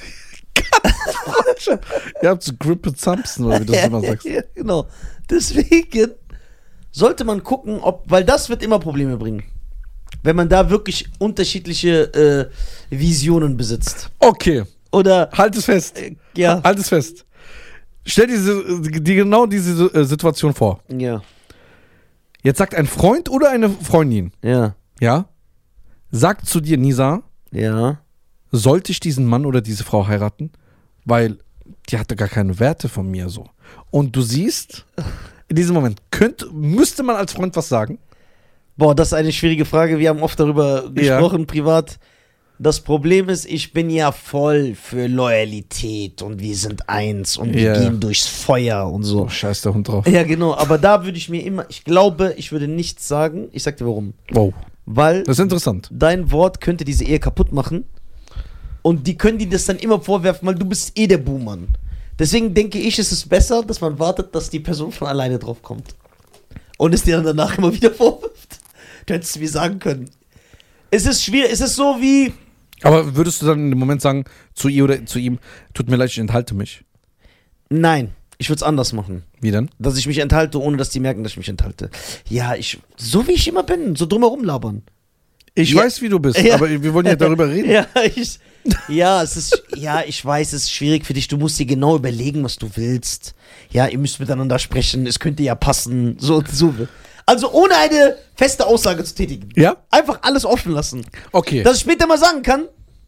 Speaker 1: Ihr habt so Grippe Zampsen, oder wie du das immer sagst.
Speaker 2: Ja, genau. Deswegen sollte man gucken, ob, weil das wird immer Probleme bringen. Wenn man da wirklich unterschiedliche äh, Visionen besitzt.
Speaker 1: Okay,
Speaker 2: Oder,
Speaker 1: halt es fest.
Speaker 2: äh, ja.
Speaker 1: Halt es fest. Stell dir diese, die, genau diese äh, Situation vor.
Speaker 2: Ja,
Speaker 1: Jetzt sagt ein Freund oder eine Freundin,
Speaker 2: ja,
Speaker 1: ja, sagt zu dir, Nisa,
Speaker 2: ja.
Speaker 1: sollte ich diesen Mann oder diese Frau heiraten? Weil die hatte gar keine Werte von mir so. Und du siehst, in diesem Moment, könnte, müsste man als Freund was sagen?
Speaker 2: Boah, das ist eine schwierige Frage. Wir haben oft darüber
Speaker 1: Ja.
Speaker 2: gesprochen, privat. Das Problem ist, ich bin ja voll für Loyalität und wir sind eins und wir
Speaker 1: Ja.
Speaker 2: gehen durchs Feuer und so.
Speaker 1: Oh, scheiß der Hund drauf.
Speaker 2: Ja, genau. Aber da würde ich mir immer, ich glaube, ich würde nichts sagen. Ich sag dir warum.
Speaker 1: Wow,
Speaker 2: Weil
Speaker 1: das ist interessant.
Speaker 2: dein Wort könnte diese Ehe kaputt machen. Und die können dir das dann immer vorwerfen, weil du bist eh der Buhmann. Deswegen denke ich, es ist besser, dass man wartet, dass die Person von alleine drauf kommt. Und es dir dann danach immer wieder vorwirft. Du hättest mir sagen können. Es ist schwierig, es ist so wie...
Speaker 1: Aber würdest du dann in dem Moment sagen, zu ihr oder zu ihm, tut mir leid, ich enthalte mich?
Speaker 2: Nein, ich würde es anders machen.
Speaker 1: Wie denn?
Speaker 2: Dass ich mich enthalte, ohne dass die merken, dass ich mich enthalte. Ja, ich... So wie ich immer bin, so drumherum labern.
Speaker 1: Ich
Speaker 2: Ja.
Speaker 1: weiß, wie du bist,
Speaker 2: Ja.
Speaker 1: aber wir wollen ja darüber reden.
Speaker 2: Ja, ich, ja, es ist, ja, ich weiß, es ist schwierig für dich. Du musst dir genau überlegen, was du willst. Ja, ihr müsst miteinander sprechen. Es könnte ja passen. So, so. Also ohne eine feste Aussage zu tätigen.
Speaker 1: Ja?
Speaker 2: Einfach alles offen lassen.
Speaker 1: Okay.
Speaker 2: Dass ich später mal sagen kann,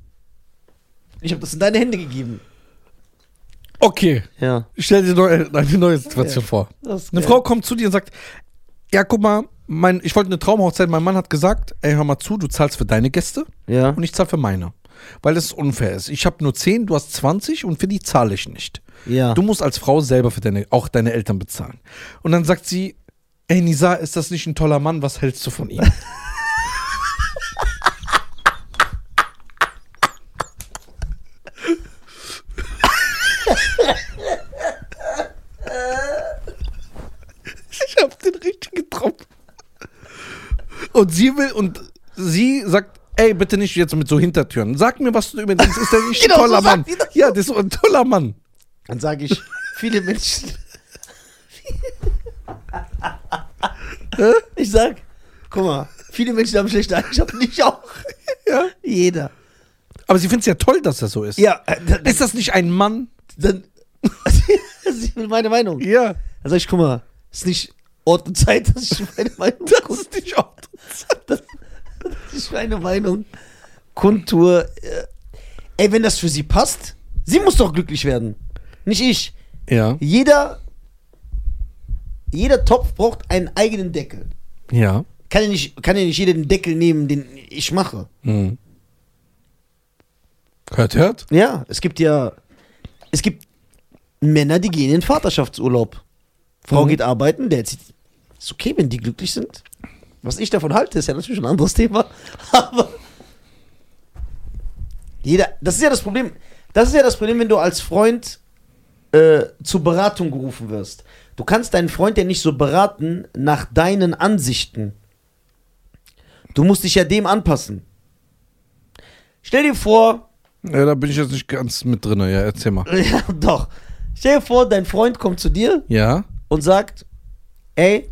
Speaker 2: ich habe das in deine Hände gegeben.
Speaker 1: Okay.
Speaker 2: Ja.
Speaker 1: Stell dir neu, eine neue Situation
Speaker 2: Ja.
Speaker 1: vor.
Speaker 2: Das ist
Speaker 1: Eine
Speaker 2: geil.
Speaker 1: Frau kommt zu dir und sagt, ja, guck mal, mein, ich wollte eine Traumhochzeit, mein Mann hat gesagt, ey, hör mal zu, du zahlst für deine Gäste
Speaker 2: Ja.
Speaker 1: und ich zahle für meine. Weil das unfair ist. Ich habe nur zehn, du hast zwanzig und für die zahle ich nicht.
Speaker 2: Ja.
Speaker 1: Du musst als Frau selber für deine, auch deine Eltern bezahlen. Und dann sagt sie, ey Nisa, ist das nicht ein toller Mann, was hältst du von ihm? Ich hab den richtig getroffen. Und sie will, und sie sagt, ey, bitte nicht jetzt mit so Hintertüren. Sag mir, was du über den denkst. Ist der nicht
Speaker 2: Genau,
Speaker 1: ein
Speaker 2: so
Speaker 1: toller
Speaker 2: sagt
Speaker 1: Mann?
Speaker 2: die das.
Speaker 1: Ja, der ist so ein toller Mann.
Speaker 2: Dann sage ich, viele Menschen. Ich sag, guck mal, viele Menschen haben schlechte Eigenschaften, ich auch.
Speaker 1: Ja.
Speaker 2: Jeder.
Speaker 1: Aber sie findet es ja toll, dass er so ist.
Speaker 2: Ja, äh, dann,
Speaker 1: Ist das nicht ein Mann?
Speaker 2: dann das ist meine Meinung.
Speaker 1: Ja.
Speaker 2: Dann sag ich, guck mal, ist nicht Ort und Zeit, dass ich meine Meinung
Speaker 1: Das ist nicht auch.
Speaker 2: dass ich meine Meinung kundtue. Äh, Ey, wenn das für sie passt, sie muss doch glücklich werden. Nicht ich.
Speaker 1: Ja.
Speaker 2: Jeder, jeder Topf braucht einen eigenen Deckel.
Speaker 1: Ja.
Speaker 2: Kann ja nicht, kann ja nicht jeder den Deckel nehmen, den ich mache.
Speaker 1: Hm. Hört, hört?
Speaker 2: Ja, es gibt ja, es gibt Männer, die gehen in den Vaterschaftsurlaub. Frau
Speaker 1: Mhm.
Speaker 2: geht arbeiten, der zieht. Ist okay, wenn die glücklich sind. Was ich davon halte, ist ja natürlich ein anderes Thema. Aber jeder, das ist ja das Problem. Das ist ja das Problem, wenn du als Freund äh, zur Beratung gerufen wirst. Du kannst deinen Freund ja nicht so beraten nach deinen Ansichten. Du musst dich ja dem anpassen. Stell dir vor,
Speaker 1: Ja, da bin ich jetzt nicht ganz mit drin. Ja, erzähl mal.
Speaker 2: ja, doch. Stell dir vor, dein Freund kommt zu dir
Speaker 1: Ja.
Speaker 2: und sagt, ey,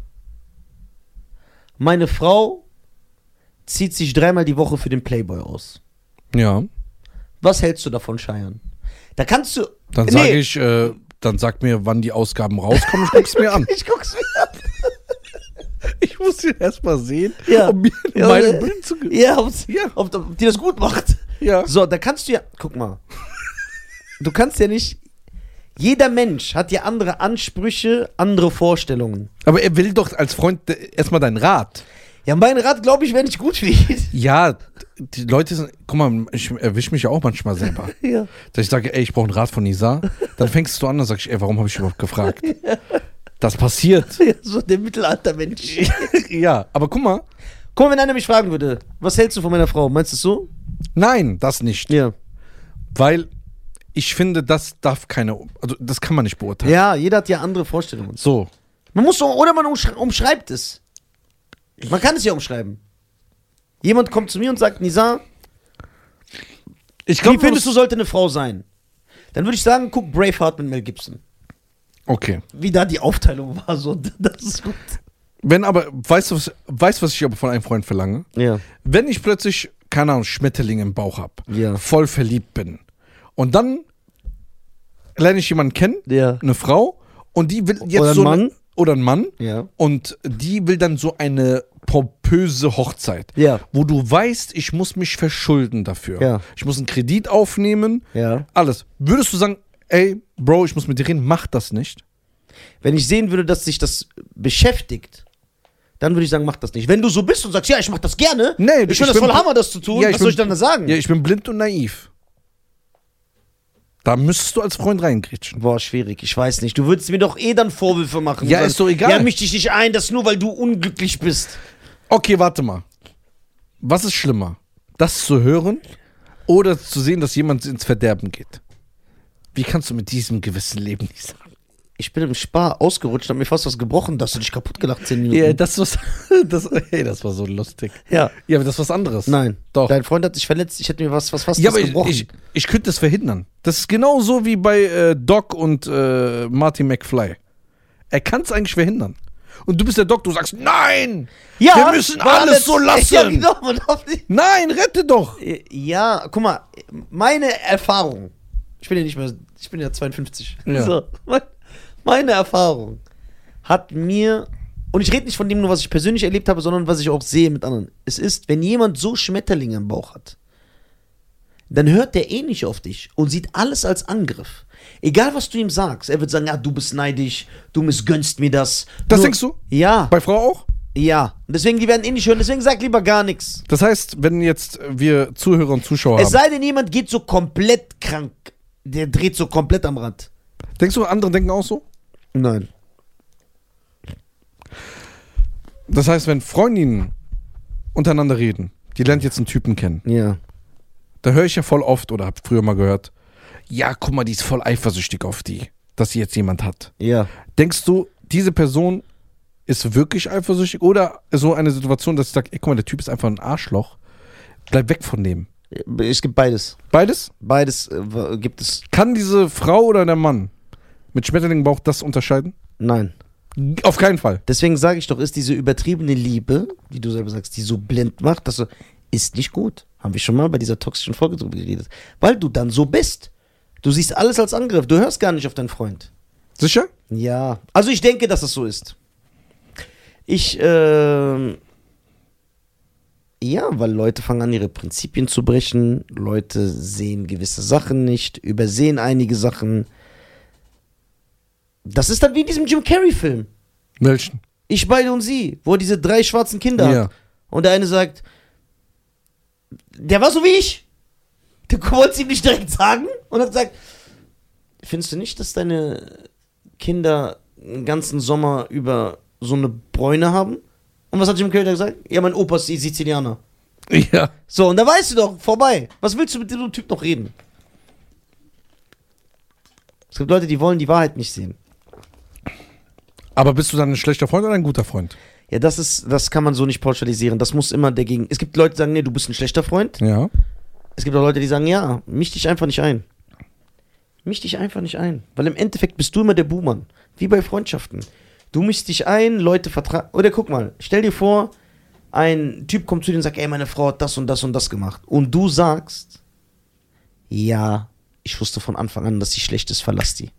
Speaker 2: meine Frau zieht sich dreimal die Woche für den Playboy aus.
Speaker 1: Ja.
Speaker 2: Was hältst du davon, Scheiern? Da kannst du...
Speaker 1: Dann
Speaker 2: Nee.
Speaker 1: sage ich, äh, dann sag mir, wann die Ausgaben rauskommen, ich guck's mir an.
Speaker 2: Ich guck's mir an.
Speaker 1: Ich muss sie erst mal sehen,
Speaker 2: Ja.
Speaker 1: um mir
Speaker 2: Ja,
Speaker 1: meine
Speaker 2: äh,
Speaker 1: Bild zu geben.
Speaker 2: Ja, ob,
Speaker 1: Ja.
Speaker 2: Ob, ob die das gut macht.
Speaker 1: Ja.
Speaker 2: So, da kannst du ja... Guck mal. Du kannst ja nicht... Jeder Mensch hat ja andere Ansprüche, andere Vorstellungen.
Speaker 1: Aber er will doch als Freund äh, erstmal deinen Rat.
Speaker 2: Ja, mein Rat, glaube ich, wäre nicht gut für ihn.
Speaker 1: Ja, die Leute sind, guck mal, ich erwische mich ja auch manchmal selber.
Speaker 2: Ja.
Speaker 1: Dass ich sage, ey, ich brauche einen Rat von Nisa. Dann fängst du an und sagst, ey, warum habe ich überhaupt gefragt? Das passiert.
Speaker 2: Ja, so der Mittelaltermensch.
Speaker 1: Ja, aber guck mal,
Speaker 2: Guck mal, wenn einer mich fragen würde, was hältst du von meiner Frau? Meinst du es so?
Speaker 1: nein, das nicht.
Speaker 2: Ja.
Speaker 1: Weil ich finde, das darf keine, also das kann man nicht beurteilen.
Speaker 2: Ja, jeder hat ja andere Vorstellungen.
Speaker 1: So,
Speaker 2: Man muss so, oder man umschrei- umschreibt es. Man kann es ja umschreiben. Jemand kommt zu mir und sagt, Nisa,
Speaker 1: ich
Speaker 2: wie
Speaker 1: glaube,
Speaker 2: findest du, sollte eine Frau sein? Dann würde ich sagen, guck Braveheart mit Mel Gibson.
Speaker 1: Okay.
Speaker 2: Wie da die Aufteilung war, so, das ist gut.
Speaker 1: Wenn aber, weißt du, was, weißt, was ich aber von einem Freund verlange?
Speaker 2: Ja.
Speaker 1: Wenn ich plötzlich, keine Ahnung, Schmetterling im Bauch habe,
Speaker 2: Ja.
Speaker 1: voll verliebt bin und dann lerne ich jemanden kennen,
Speaker 2: Ja.
Speaker 1: eine Frau, und die will jetzt
Speaker 2: Oder ein
Speaker 1: so
Speaker 2: Mann.
Speaker 1: Eine, oder ein Mann,
Speaker 2: Ja.
Speaker 1: und die will dann so eine pompöse Hochzeit,
Speaker 2: Ja.
Speaker 1: wo du weißt, ich muss mich verschulden dafür.
Speaker 2: Ja.
Speaker 1: Ich muss einen Kredit aufnehmen,
Speaker 2: Ja.
Speaker 1: alles. Würdest du sagen, ey, Bro, ich muss mit dir reden, mach das nicht?
Speaker 2: Wenn ich sehen würde, dass sich das beschäftigt, dann würde ich sagen, mach das nicht. Wenn du so bist und sagst, ja, ich mach das gerne,
Speaker 1: Nee,
Speaker 2: ich
Speaker 1: ich
Speaker 2: finde das
Speaker 1: bin-
Speaker 2: voll Hammer, das zu tun,
Speaker 1: Ja, ich
Speaker 2: was soll
Speaker 1: bin-
Speaker 2: ich dann da sagen?
Speaker 1: Ja, ich bin blind und naiv. Da müsstest du als Freund reingrätschen.
Speaker 2: Boah, schwierig, ich weiß nicht. Du würdest mir doch eh dann Vorwürfe machen.
Speaker 1: Ja,
Speaker 2: und
Speaker 1: ist doch egal.
Speaker 2: Ja, misch dich nicht ein, das nur, weil du unglücklich bist.
Speaker 1: Okay, warte mal. Was ist schlimmer? Das zu hören oder zu sehen, dass jemand ins Verderben geht? Wie kannst du mit diesem Gewissen leben, Lisa?
Speaker 2: Ich bin im Spar ausgerutscht, hab mir fast was gebrochen, da hast du dich kaputt gelacht, zehn Minuten.
Speaker 1: Ja, das, was, das, hey, das war so lustig.
Speaker 2: Ja.
Speaker 1: Ja, aber das ist was anderes.
Speaker 2: Nein.
Speaker 1: Doch.
Speaker 2: Dein Freund hat sich verletzt, ich hätte mir was, was fast
Speaker 1: Ja,
Speaker 2: was
Speaker 1: aber ich,
Speaker 2: gebrochen.
Speaker 1: ich, ich könnte das verhindern. Das ist genauso wie bei äh, Doc und äh, Marty McFly. Er kann es eigentlich verhindern. Und du bist der Doc, du sagst, nein!
Speaker 2: ja,
Speaker 1: wir müssen
Speaker 2: war
Speaker 1: alles so lassen!
Speaker 2: Ja, genau, man darf nicht.
Speaker 1: Nein, rette doch!
Speaker 2: Ja, guck mal, meine Erfahrung, ich bin ja nicht mehr, ich bin ja zweiundfünfzig.
Speaker 1: Ja.
Speaker 2: So, mein, meine Erfahrung hat mir, und ich rede nicht von dem nur, was ich persönlich erlebt habe, sondern was ich auch sehe mit anderen. Es ist, wenn jemand so Schmetterlinge im Bauch hat, dann hört der eh nicht auf dich und sieht alles als Angriff. Egal, was du ihm sagst, er wird sagen, ja, du bist neidisch, du missgönnst mir das.
Speaker 1: Das
Speaker 2: Nur-
Speaker 1: denkst du?
Speaker 2: Ja,
Speaker 1: Bei Frau auch?
Speaker 2: ja. Und deswegen, die werden eh nicht hören, deswegen sag lieber gar nichts.
Speaker 1: Das heißt, wenn jetzt wir Zuhörer und Zuschauer
Speaker 2: Es
Speaker 1: haben,
Speaker 2: sei denn, jemand geht so komplett krank. Der dreht so komplett am Rad.
Speaker 1: denkst du, andere denken auch so?
Speaker 2: Nein.
Speaker 1: Das heißt, wenn Freundinnen untereinander reden, die lernt jetzt einen Typen kennen,
Speaker 2: Ja.
Speaker 1: da höre ich ja voll oft oder habe früher mal gehört, ja, guck mal, die ist voll eifersüchtig auf die, dass sie jetzt jemand hat.
Speaker 2: Ja.
Speaker 1: Denkst du, diese Person ist wirklich eifersüchtig oder so eine Situation, dass ich sage, ey, guck mal, der Typ ist einfach ein Arschloch, bleib weg von dem.
Speaker 2: Es gibt beides.
Speaker 1: Beides?
Speaker 2: Beides äh, gibt es.
Speaker 1: Kann diese Frau oder der Mann mit Schmetterling im Bauch das unterscheiden?
Speaker 2: Nein.
Speaker 1: Auf keinen Fall.
Speaker 2: Deswegen sage ich doch, ist diese übertriebene Liebe, wie du selber sagst, die so blind macht, dass so, ist nicht gut. Haben wir schon mal bei dieser toxischen Folge drüber geredet. Weil du dann so bist. Du siehst alles als Angriff. Du hörst gar nicht auf deinen Freund.
Speaker 1: Sicher?
Speaker 2: Ja. Also ich denke, dass es so ist. Ich, ähm... Ja, weil Leute fangen an, ihre Prinzipien zu brechen. Leute sehen gewisse Sachen nicht, übersehen einige Sachen. Das ist dann wie in diesem Jim Carrey-Film.
Speaker 1: Welchen?
Speaker 2: Ich, beide und sie, wo er diese drei schwarzen Kinder
Speaker 1: Ja.
Speaker 2: hat. Und der eine sagt, der war so wie ich. Du wolltest ihm nicht direkt sagen und hat gesagt, findest du nicht, dass deine Kinder den ganzen Sommer über so eine Bräune haben? Und was hat Jim Carrey da gesagt? Ja, mein Opa ist Sizilianer.
Speaker 1: Ja.
Speaker 2: So, und da weißt du doch, vorbei. Was willst du mit diesem Typ noch reden? Es gibt Leute, die wollen die Wahrheit nicht sehen.
Speaker 1: Aber bist du dann ein schlechter Freund oder ein guter Freund?
Speaker 2: Ja, das ist, das kann man so nicht pauschalisieren. Das muss immer dagegen. Es gibt Leute, die sagen, nee, du bist ein schlechter Freund.
Speaker 1: Ja.
Speaker 2: Es gibt auch Leute, die sagen, ja, misch dich einfach nicht ein. Misch dich einfach nicht ein. Weil im Endeffekt bist du immer der Buhmann. Wie bei Freundschaften. Du mischst dich ein, Leute vertragen. Oder guck mal, stell dir vor, ein Typ kommt zu dir und sagt, ey, meine Frau hat das und das und das gemacht. Und du sagst, Ja, ich wusste von Anfang an, dass sie schlecht ist, verlass die.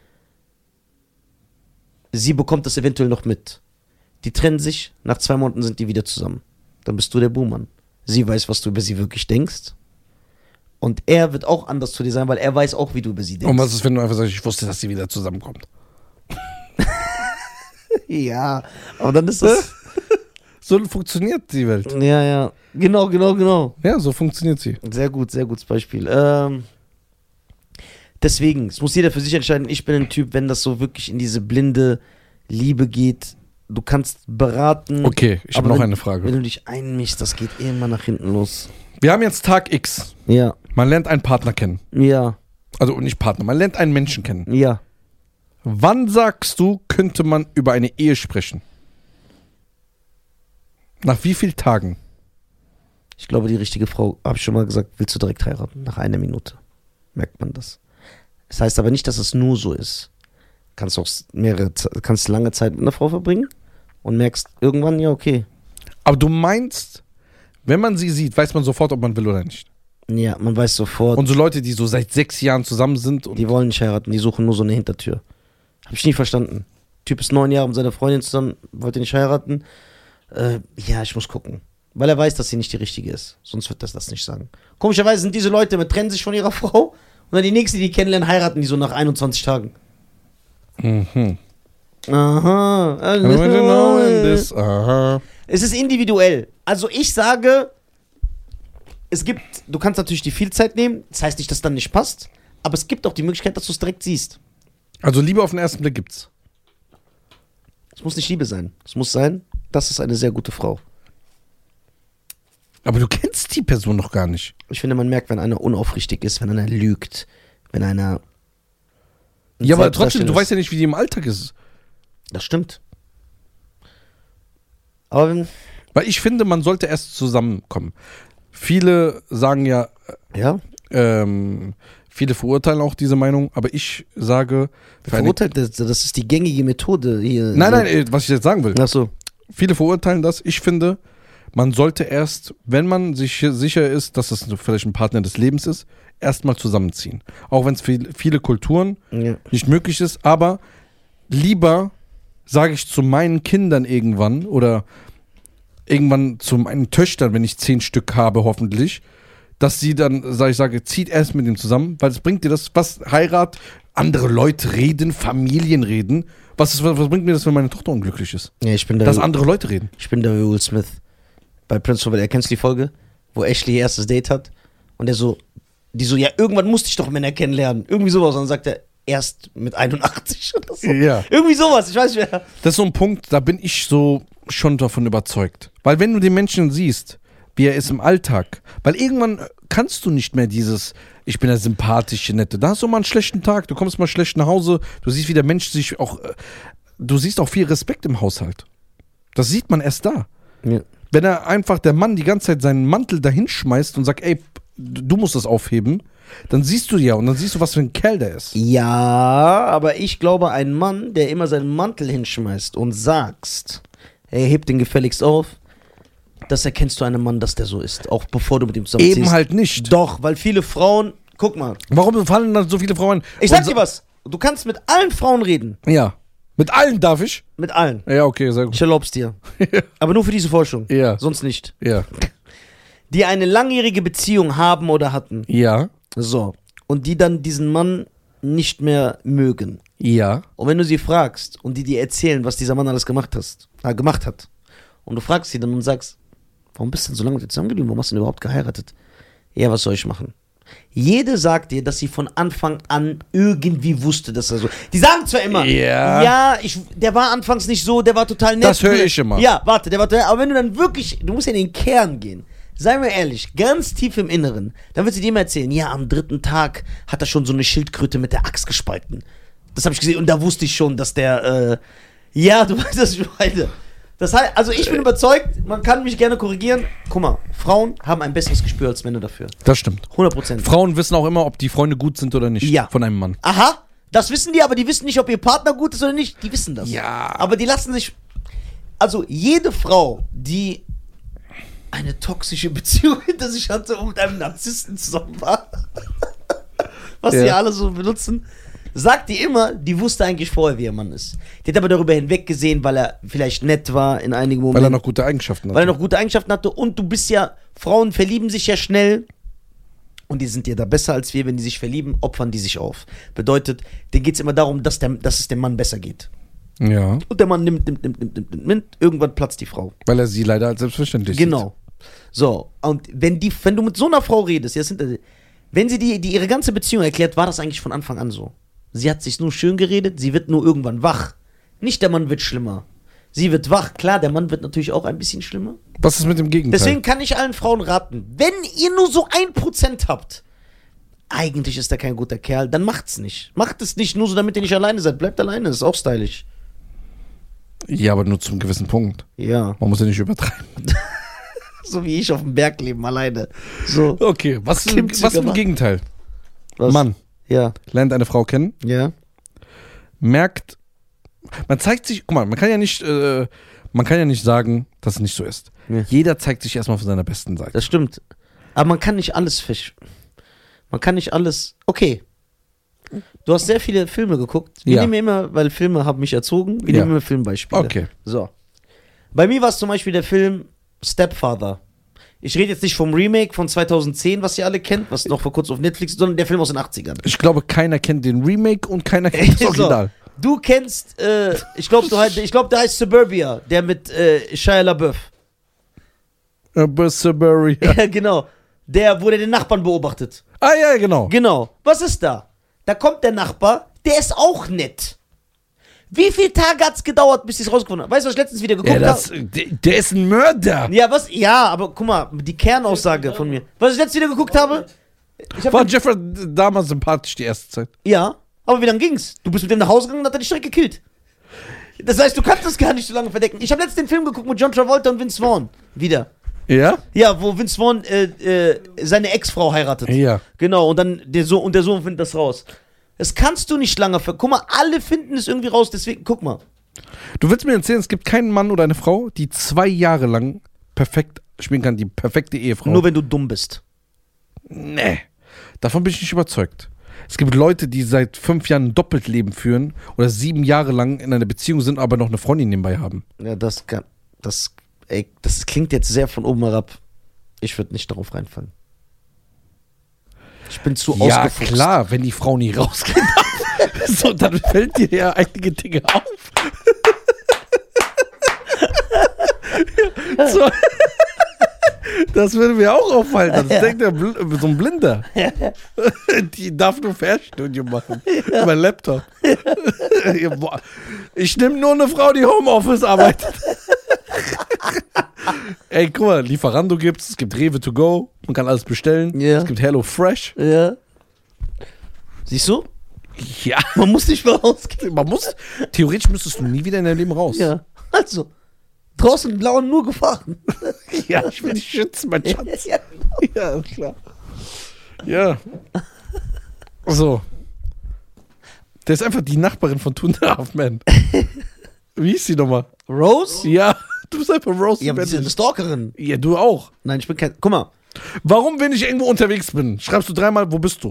Speaker 2: Sie bekommt das eventuell noch mit. Die trennen sich, nach zwei Monaten sind die wieder zusammen. Dann bist du der Buhmann. Sie weiß, was du über sie wirklich denkst. Und er wird auch anders zu dir sein, weil er weiß auch, wie du über sie denkst.
Speaker 1: Und was ist, wenn du einfach sagst, ich wusste, dass sie wieder zusammenkommt?
Speaker 2: Ja, aber dann ist das...
Speaker 1: So funktioniert die Welt.
Speaker 2: Ja, ja. Genau, genau, genau.
Speaker 1: Ja, so funktioniert sie.
Speaker 2: Sehr gut, sehr gutes Beispiel. Ähm, deswegen, es muss jeder für sich entscheiden. Ich bin ein Typ, wenn das so wirklich in diese blinde Liebe geht, du kannst beraten.
Speaker 1: Okay, ich habe
Speaker 2: aber
Speaker 1: noch
Speaker 2: wenn,
Speaker 1: eine Frage.
Speaker 2: Wenn du dich einmischst, das geht immer nach hinten los.
Speaker 1: Wir haben jetzt Tag X.
Speaker 2: Ja,
Speaker 1: Man lernt einen Partner kennen.
Speaker 2: ja,
Speaker 1: Also nicht Partner, man lernt einen Menschen kennen.
Speaker 2: ja.
Speaker 1: Wann sagst du, könnte man über eine Ehe sprechen? Nach wie vielen Tagen?
Speaker 2: Ich glaube, die richtige Frau, habe ich schon mal gesagt, willst du direkt heiraten. Nach einer Minute merkt man das. Das heißt aber nicht, dass es nur so ist. Kannst auch mehrere, kannst lange Zeit mit einer Frau verbringen und merkst irgendwann, ja, okay.
Speaker 1: Aber du meinst, wenn man sie sieht, weiß man sofort, ob man will oder nicht.
Speaker 2: Ja, man weiß sofort,
Speaker 1: Und so Leute, die so seit sechs Jahren zusammen sind und
Speaker 2: die wollen nicht heiraten, die suchen nur so eine Hintertür. Hab ich nie verstanden. Typ ist neun Jahre mit seiner Freundin zusammen, wollte nicht heiraten. Äh, ja, ich muss gucken. Weil er weiß, dass sie nicht die richtige ist. Sonst wird das das nicht sagen. Komischerweise sind diese Leute, mit trennen sich von ihrer Frau und dann die nächste, die die kennenlernen, heiraten die so nach einundzwanzig Tagen.
Speaker 1: Mhm.
Speaker 2: Aha.
Speaker 1: Aha.
Speaker 2: Es ist individuell. Also ich sage, es gibt, du kannst natürlich die viel Zeit nehmen, das heißt nicht, dass dann nicht passt, aber es gibt auch die Möglichkeit, dass du es direkt siehst.
Speaker 1: Also Liebe auf den ersten Blick gibt's.
Speaker 2: Es muss nicht Liebe sein. Es muss sein, das ist eine sehr gute Frau.
Speaker 1: Aber du kennst die Person noch gar nicht.
Speaker 2: Ich finde, man merkt, wenn einer unaufrichtig ist, wenn einer lügt, wenn einer...
Speaker 1: Ja, aber trotzdem, du
Speaker 2: ist.
Speaker 1: weißt ja nicht, wie die im Alltag ist.
Speaker 2: Das stimmt. Aber wenn...
Speaker 1: Weil ich finde, man sollte erst zusammenkommen. Viele sagen ja,
Speaker 2: Ja?
Speaker 1: ähm, viele verurteilen auch diese Meinung, aber ich sage... für eine-
Speaker 2: Verurteilt, das, das ist die gängige Methode hier.
Speaker 1: Nein, nein, äh, was ich jetzt sagen will.
Speaker 2: Ach so.
Speaker 1: Viele verurteilen das. Ich finde, man sollte erst, wenn man sich sicher ist, dass das vielleicht ein Partner des Lebens ist, erstmal zusammenziehen. Auch wenn es viel, viele Kulturen
Speaker 2: Ja.
Speaker 1: nicht möglich ist, aber lieber sage ich zu meinen Kindern irgendwann oder irgendwann zu meinen Töchtern, wenn ich zehn Stück habe, hoffentlich, dass sie dann, sag ich sage, zieht erst mit ihm zusammen, weil es bringt dir das, was Heirat, andere Leute reden, Familien reden. Was, ist, was bringt mir das, wenn meine Tochter unglücklich ist?
Speaker 2: Ja, ich bin da.
Speaker 1: Dass andere Leute reden.
Speaker 2: Ich bin da wie Will Smith. Bei Prince of Bel-Air, kennst du die Folge, wo Ashley ihr erstes Date hat und der so, die so, ja, irgendwann musste ich doch Männer kennenlernen. Irgendwie sowas. Und dann sagt er, erst mit einundachtzig oder so.
Speaker 1: Ja.
Speaker 2: Irgendwie sowas, ich weiß nicht mehr.
Speaker 1: Das ist so ein Punkt, da bin ich so schon davon überzeugt. Weil wenn du den Menschen siehst, wie er ist im Alltag, weil irgendwann kannst du nicht mehr dieses, ich bin der sympathische, nette, da hast du mal einen schlechten Tag, du kommst mal schlecht nach Hause, du siehst, wie der Mensch sich auch, du siehst auch viel Respekt im Haushalt. Das sieht man erst da.
Speaker 2: Ja.
Speaker 1: Wenn er einfach, der Mann, die ganze Zeit seinen Mantel dahin schmeißt und sagt, ey, du musst das aufheben, dann siehst du ja und dann siehst du, was für ein Kerl der ist.
Speaker 2: Ja, aber ich glaube, ein Mann, der immer seinen Mantel hinschmeißt und sagst, hey, heb den gefälligst auf, das erkennst du einem Mann, dass der so ist, auch bevor du mit ihm zusammenziehst.
Speaker 1: Eben halt nicht.
Speaker 2: Doch, weil viele Frauen, guck mal,
Speaker 1: Warum fallen dann so viele Frauen?
Speaker 2: ich sag
Speaker 1: und
Speaker 2: dir was, du kannst mit allen Frauen reden,
Speaker 1: Ja. Mit allen darf ich?
Speaker 2: mit allen.
Speaker 1: Ja, okay, sehr gut.
Speaker 2: Ich erlaub's dir. Aber nur für diese Forschung.
Speaker 1: Ja.
Speaker 2: Sonst nicht.
Speaker 1: Ja.
Speaker 2: Die eine langjährige Beziehung haben oder hatten.
Speaker 1: Ja.
Speaker 2: So. Und die dann diesen Mann nicht mehr mögen.
Speaker 1: Ja.
Speaker 2: Und wenn du sie fragst und die dir erzählen, was dieser Mann alles gemacht, hast, äh, gemacht hat, und du fragst sie dann und sagst, warum bist du denn so lange mit dir zusammengeblieben? Warum hast du denn überhaupt geheiratet? Ja, was soll ich machen? Jede sagt dir, dass sie von Anfang an irgendwie wusste, dass er so... Die sagen zwar immer,
Speaker 1: Ja.
Speaker 2: ja, ich, der war anfangs nicht so, der war total nett.
Speaker 1: Das höre ich immer.
Speaker 2: Ja, warte, der war total... Aber wenn du dann wirklich... Du musst ja in den Kern gehen. Sei mir ehrlich, ganz tief im Inneren. Dann wird sie dir immer erzählen, ja, am dritten Tag hat er schon so eine Schildkröte mit der Axt gespalten. Das habe ich gesehen und da wusste ich schon, dass der... Äh, ja, du weißt, was ich meine. Das heißt, also ich bin überzeugt, man kann mich gerne korrigieren. Guck mal, Frauen haben ein besseres Gespür als Männer dafür.
Speaker 1: Das stimmt.
Speaker 2: hundert Prozent.
Speaker 1: Frauen wissen auch immer, ob die Freunde gut sind oder nicht.
Speaker 2: Ja.
Speaker 1: Von einem Mann.
Speaker 2: Aha, das wissen die, aber die wissen nicht, ob ihr Partner gut ist oder nicht. Die wissen das.
Speaker 1: Ja.
Speaker 2: Aber die lassen sich... Also jede Frau, die eine toxische Beziehung hinter sich hatte und mit einem Narzissten zusammen war, was
Speaker 1: Ja.
Speaker 2: die alle so benutzen, sagt die immer, die wusste eigentlich vorher, wie ihr Mann ist. Die hat aber darüber hinweggesehen, weil er vielleicht nett war in einigen Momenten.
Speaker 1: Weil er noch gute Eigenschaften hat.
Speaker 2: weil er noch gute Eigenschaften hatte und du bist ja, Frauen verlieben sich ja schnell und die sind ja da besser als wir, wenn die sich verlieben, opfern die sich auf. Bedeutet, denen geht es immer darum, dass, der, dass es dem Mann besser geht.
Speaker 1: Ja,
Speaker 2: Und der Mann nimmt, nimmt, nimmt, nimmt, nimmt, nimmt, nimmt, irgendwann platzt die Frau.
Speaker 1: weil er sie leider als selbstverständlich
Speaker 2: Genau. So, und wenn, die, wenn du mit so einer Frau redest, jetzt sind, wenn sie die, die ihre ganze Beziehung erklärt, war das eigentlich von Anfang an so. Sie hat sich nur schön geredet, sie wird nur irgendwann wach. Nicht der Mann wird schlimmer. Sie wird wach, klar, der Mann wird natürlich auch ein bisschen schlimmer.
Speaker 1: sieht. Was ist mit dem Gegenteil?
Speaker 2: Deswegen kann ich allen Frauen raten, wenn ihr nur so ein Prozent habt, eigentlich ist er kein guter Kerl, dann macht's nicht. Macht es nicht nur so, damit ihr nicht alleine seid. Bleibt alleine, ist auch stylisch.
Speaker 1: Ja, aber nur zum gewissen Punkt.
Speaker 2: Ja.
Speaker 1: Man muss ja nicht übertreiben.
Speaker 2: So wie ich auf dem Berg leben, alleine. So.
Speaker 1: Okay, was,
Speaker 2: Klingt
Speaker 1: was ist
Speaker 2: sogar
Speaker 1: im Gegenteil?
Speaker 2: Was?
Speaker 1: Mann
Speaker 2: Ja.
Speaker 1: lernt eine Frau kennen,
Speaker 2: Ja.
Speaker 1: merkt, man zeigt sich, guck mal, man kann ja nicht, äh, man kann ja nicht sagen, dass es nicht so ist.
Speaker 2: Ja.
Speaker 1: Jeder zeigt sich erstmal von seiner besten Seite.
Speaker 2: Das stimmt. Aber man kann nicht alles fisch. Man kann nicht alles. Okay. Du hast sehr viele Filme geguckt. Wir
Speaker 1: Ja.
Speaker 2: nehmen immer, weil Filme haben mich erzogen, wir
Speaker 1: Ja.
Speaker 2: nehmen immer Filmbeispiele.
Speaker 1: Okay.
Speaker 2: So. Bei mir war es zum Beispiel der Film Stepfather. Ich rede jetzt nicht vom Remake von zweitausendzehn, was ihr alle kennt, was noch vor kurzem auf Netflix ist, sondern der Film aus den achtzigern.
Speaker 1: Ich glaube, keiner kennt den Remake und keiner kennt das
Speaker 2: So.
Speaker 1: Original.
Speaker 2: Du kennst, äh, ich glaube, ich glaub, der heißt Suburbia, der mit äh, Shia LaBeouf.
Speaker 1: Äh, Suburbia.
Speaker 2: Ja, genau. Der, wo der den Nachbarn beobachtet.
Speaker 1: Ah ja, genau.
Speaker 2: Genau. Was ist da? Da kommt der Nachbar, der ist auch nett. Wie viele Tage hat's gedauert, bis ich es rausgefunden habe? Weißt du, was ich letztens wieder geguckt
Speaker 1: Ja, das,
Speaker 2: habe?
Speaker 1: der, der ist ein Mörder.
Speaker 2: Ja, was? Ja, aber guck mal, die Kernaussage von mir. Was ich letztens wieder geguckt habe? Ich hab
Speaker 1: War Jeffrey damals sympathisch die erste Zeit?
Speaker 2: ja, aber wie lange ging's? Du bist mit dem nach Hause gegangen und hat er dich direkt gekillt. Das heißt, du kannst das gar nicht so lange verdecken. Ich habe letztens den Film geguckt mit John Travolta und Vince Vaughn. Wieder.
Speaker 1: Ja?
Speaker 2: Ja, wo Vince Vaughn äh, äh, seine Ex-Frau heiratet.
Speaker 1: Ja.
Speaker 2: Genau, und dann der Sohn, und der Sohn findet das raus. Das kannst du nicht lange ver... Guck mal, alle finden es irgendwie raus, deswegen, guck mal.
Speaker 1: Du willst mir erzählen, es gibt keinen Mann oder eine Frau, die zwei Jahre lang perfekt spielen kann, die perfekte Ehefrau.
Speaker 2: Nur wenn du dumm bist.
Speaker 1: Nee. Davon bin ich nicht überzeugt. Es gibt Leute, die seit fünf Jahren ein Doppeltleben führen oder sieben Jahre lang in einer Beziehung sind, aber noch eine Freundin nebenbei haben.
Speaker 2: Ja, das kann... Das, ey, das klingt jetzt sehr von oben herab. Ich würde nicht darauf reinfallen. Ich bin zu
Speaker 1: Ja,
Speaker 2: ausgefuchst.
Speaker 1: klar, wenn die Frau nie rausgeht, so, dann fällt dir ja einige Dinge auf. so. Das würde mir auch auffallen. Das
Speaker 2: Ja.
Speaker 1: denkt der Bl so ein Blinder. Die darf nur Fernstudium machen. Ja. Mein Laptop. Ja, boah. Ich nehme nur eine Frau, die Homeoffice arbeitet. Ey, guck mal, Lieferando gibt's, es gibt Rewe to go, man kann alles bestellen.
Speaker 2: Ja.
Speaker 1: Es gibt Hello Fresh.
Speaker 2: Ja. Siehst du?
Speaker 1: Ja.
Speaker 2: Man muss nicht mehr rausgehen.
Speaker 1: Man muss, theoretisch müsstest du nie wieder in deinem Leben raus.
Speaker 2: Ja. Also, draußen in Blauen nur gefahren.
Speaker 1: Ja, ich will dich schützen, mein Schatz.
Speaker 2: Ja.
Speaker 1: Ja, klar. Ja. So. Der ist einfach die Nachbarin von Two and a Half Men. Wie hieß sie nochmal?
Speaker 2: Rose?
Speaker 1: Ja, du bist einfach Rose.
Speaker 2: Ja, aber sie ist eine Stalkerin.
Speaker 1: Ja, du auch.
Speaker 2: Nein, ich bin kein... Guck mal.
Speaker 1: Warum, wenn ich irgendwo unterwegs bin, schreibst du dreimal, wo bist du?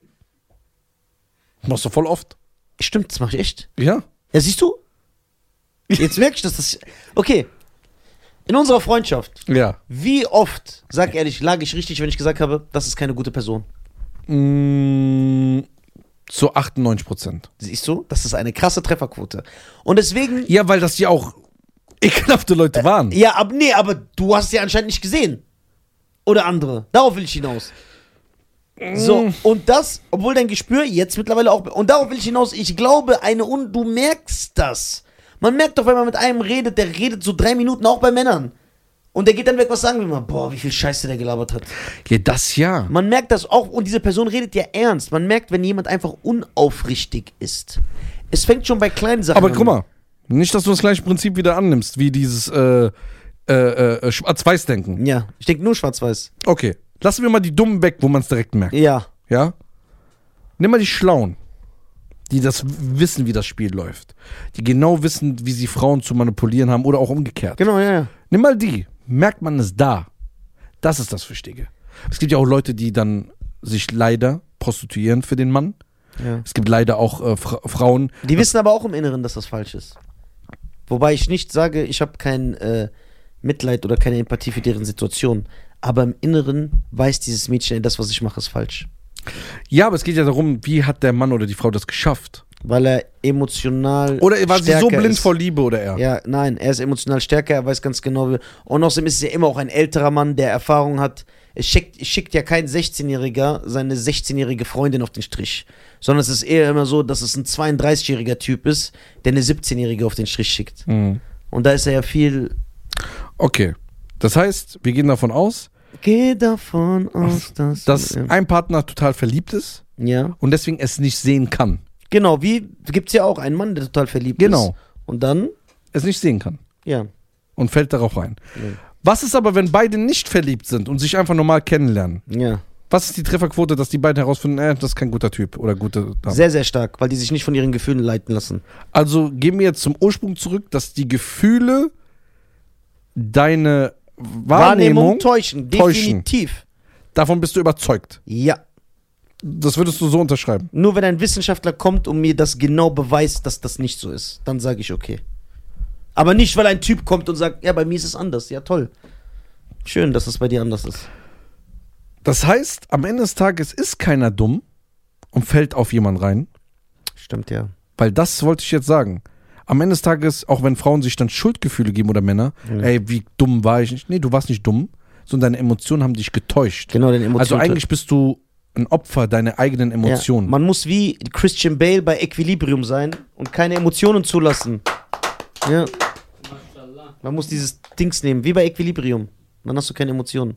Speaker 1: Machst du voll oft.
Speaker 2: Stimmt, das mache ich echt.
Speaker 1: Ja.
Speaker 2: Ja, siehst du? Jetzt merke ich, dass das... Okay. In unserer Freundschaft,
Speaker 1: Ja.
Speaker 2: wie oft, sag ehrlich, lag ich richtig, wenn ich gesagt habe, das ist keine gute Person?
Speaker 1: Mm, zu achtundneunzig Prozent.
Speaker 2: Siehst du? Das ist eine krasse Trefferquote. Und deswegen...
Speaker 1: Ja, weil das ja auch ekelhafte Leute waren.
Speaker 2: Ja, aber nee, aber du hast es ja anscheinend nicht gesehen. Oder andere. Darauf will ich hinaus. So, und das, obwohl dein Gespür jetzt mittlerweile auch... Und darauf will ich hinaus, ich glaube, eine... Un du merkst das. Man merkt doch, wenn man mit einem redet, der redet so drei Minuten, auch bei Männern. Und der geht dann weg, was sagen wir mal? Boah, wie viel Scheiße der gelabert hat.
Speaker 1: Ja, das ja.
Speaker 2: Man merkt das auch, und diese Person redet ja ernst. Man merkt, wenn jemand einfach unaufrichtig ist. Es fängt schon bei kleinen Sachen
Speaker 1: Aber
Speaker 2: an.
Speaker 1: guck mal, nicht, dass du das gleiche Prinzip wieder annimmst, wie dieses äh, äh, äh, Schwarz-Weiß-Denken.
Speaker 2: Ja, ich denke nur schwarz-weiß.
Speaker 1: Okay, lassen wir mal die Dummen weg, wo man es direkt merkt.
Speaker 2: Ja.
Speaker 1: Ja? Nimm mal die Schlauen, die das wissen, wie das Spiel läuft. Die genau wissen, wie sie Frauen zu manipulieren haben oder auch umgekehrt.
Speaker 2: Genau, ja, ja.
Speaker 1: Nimm mal die. Merkt man es da. Das ist das Wichtige. Es gibt ja auch Leute, die dann sich leider prostituieren für den Mann.
Speaker 2: Ja.
Speaker 1: Es gibt leider auch äh, Fra- Frauen.
Speaker 2: Die wissen aber auch im Inneren, dass das falsch ist. Wobei ich nicht sage, ich habe kein äh, Mitleid oder keine Empathie für deren Situation. Aber im Inneren weiß dieses Mädchen, ey, das, was ich mache, ist falsch.
Speaker 1: Ja, aber es geht ja darum, wie hat der Mann oder die Frau das geschafft?
Speaker 2: Weil er emotional
Speaker 1: Oder war sie so
Speaker 2: stärker
Speaker 1: blind
Speaker 2: ist.
Speaker 1: vor Liebe oder er?
Speaker 2: Ja, nein, er ist emotional stärker, er weiß ganz genau, wie. Und außerdem ist es ja immer auch ein älterer Mann, der Erfahrung hat. Es schickt, es schickt ja kein sechzehnjähriger seine sechzehnjährige Freundin auf den Strich. Sondern es ist eher immer so, dass es ein zweiunddreißigjähriger Typ ist, der eine siebzehnjährige auf den Strich schickt.
Speaker 1: Mhm.
Speaker 2: Und da ist er ja viel.
Speaker 1: Okay. Das heißt, wir gehen davon aus,
Speaker 2: Geh davon aus, dass.
Speaker 1: dass ein Partner total verliebt ist
Speaker 2: Ja.
Speaker 1: und deswegen es nicht sehen kann.
Speaker 2: Genau, wie gibt es ja auch einen Mann, der total verliebt
Speaker 1: Genau.
Speaker 2: ist. Und dann,
Speaker 1: Es nicht sehen kann.
Speaker 2: ja.
Speaker 1: Und fällt darauf rein.
Speaker 2: Ja.
Speaker 1: Was ist aber, wenn beide nicht verliebt sind und sich einfach normal kennenlernen?
Speaker 2: Ja.
Speaker 1: Was ist die Trefferquote, dass die beiden herausfinden, äh, das ist kein guter Typ oder gute Dame?
Speaker 2: Sehr, sehr stark, weil die sich nicht von ihren Gefühlen leiten lassen.
Speaker 1: Also gehen wir jetzt zum Ursprung zurück, dass die Gefühle deine Wahrnehmung,
Speaker 2: täuschen,
Speaker 1: täuschen.
Speaker 2: definitiv.
Speaker 1: davon bist du überzeugt.
Speaker 2: Ja.
Speaker 1: Das würdest du so unterschreiben.
Speaker 2: Nur wenn ein Wissenschaftler kommt und mir das genau beweist, dass das nicht so ist, dann sage ich okay. Aber nicht, weil ein Typ kommt und sagt, ja, bei mir ist es anders. Ja, toll. Schön, dass es bei dir anders ist.
Speaker 1: Das heißt, am Ende des Tages ist keiner dumm und fällt auf jemanden rein,
Speaker 2: Stimmt, ja.
Speaker 1: weil das wollte ich jetzt sagen. Am Ende des Tages, auch wenn Frauen sich dann Schuldgefühle geben oder Männer,
Speaker 2: Mhm.
Speaker 1: ey, wie dumm war ich nicht? Nee, du warst nicht dumm, sondern deine Emotionen haben dich getäuscht.
Speaker 2: Genau, den Emotionen.
Speaker 1: Also eigentlich bist du ein Opfer deiner eigenen Emotionen.
Speaker 2: Ja, man muss wie Christian Bale bei Equilibrium sein und keine Emotionen zulassen. Ja. Man muss dieses Dings nehmen, wie bei Equilibrium. Dann hast du keine Emotionen.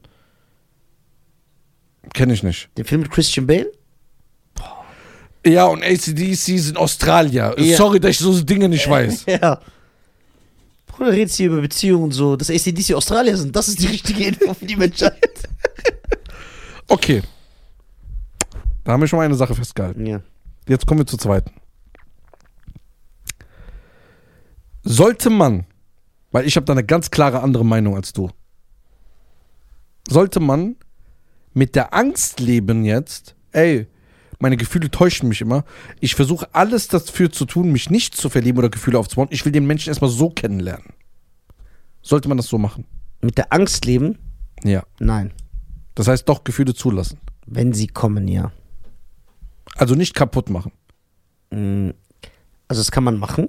Speaker 1: Kenn ich nicht.
Speaker 2: Den Film mit Christian Bale?
Speaker 1: Ja, und A C D C sind Australier.
Speaker 2: Ja.
Speaker 1: Sorry, dass ich so Dinge nicht weiß.
Speaker 2: Ja. Bruder, redest hier über Beziehungen und so. Dass A C D C Australier sind, das ist die richtige Info für die Menschheit.
Speaker 1: Okay. Da haben wir schon mal eine Sache festgehalten.
Speaker 2: Ja.
Speaker 1: Jetzt kommen wir zur zweiten. Sollte man, weil ich habe da eine ganz klare andere Meinung als du, sollte man mit der Angst leben jetzt, ey, meine Gefühle täuschen mich immer, ich versuche alles dafür zu tun, mich nicht zu verlieben oder Gefühle aufzubauen, ich will den Menschen erstmal so kennenlernen. Sollte man das so machen?
Speaker 2: Mit der Angst leben?
Speaker 1: Ja.
Speaker 2: Nein.
Speaker 1: Das heißt doch Gefühle zulassen.
Speaker 2: Wenn sie kommen, ja.
Speaker 1: Also nicht kaputt machen.
Speaker 2: Mm, Also, das kann man machen.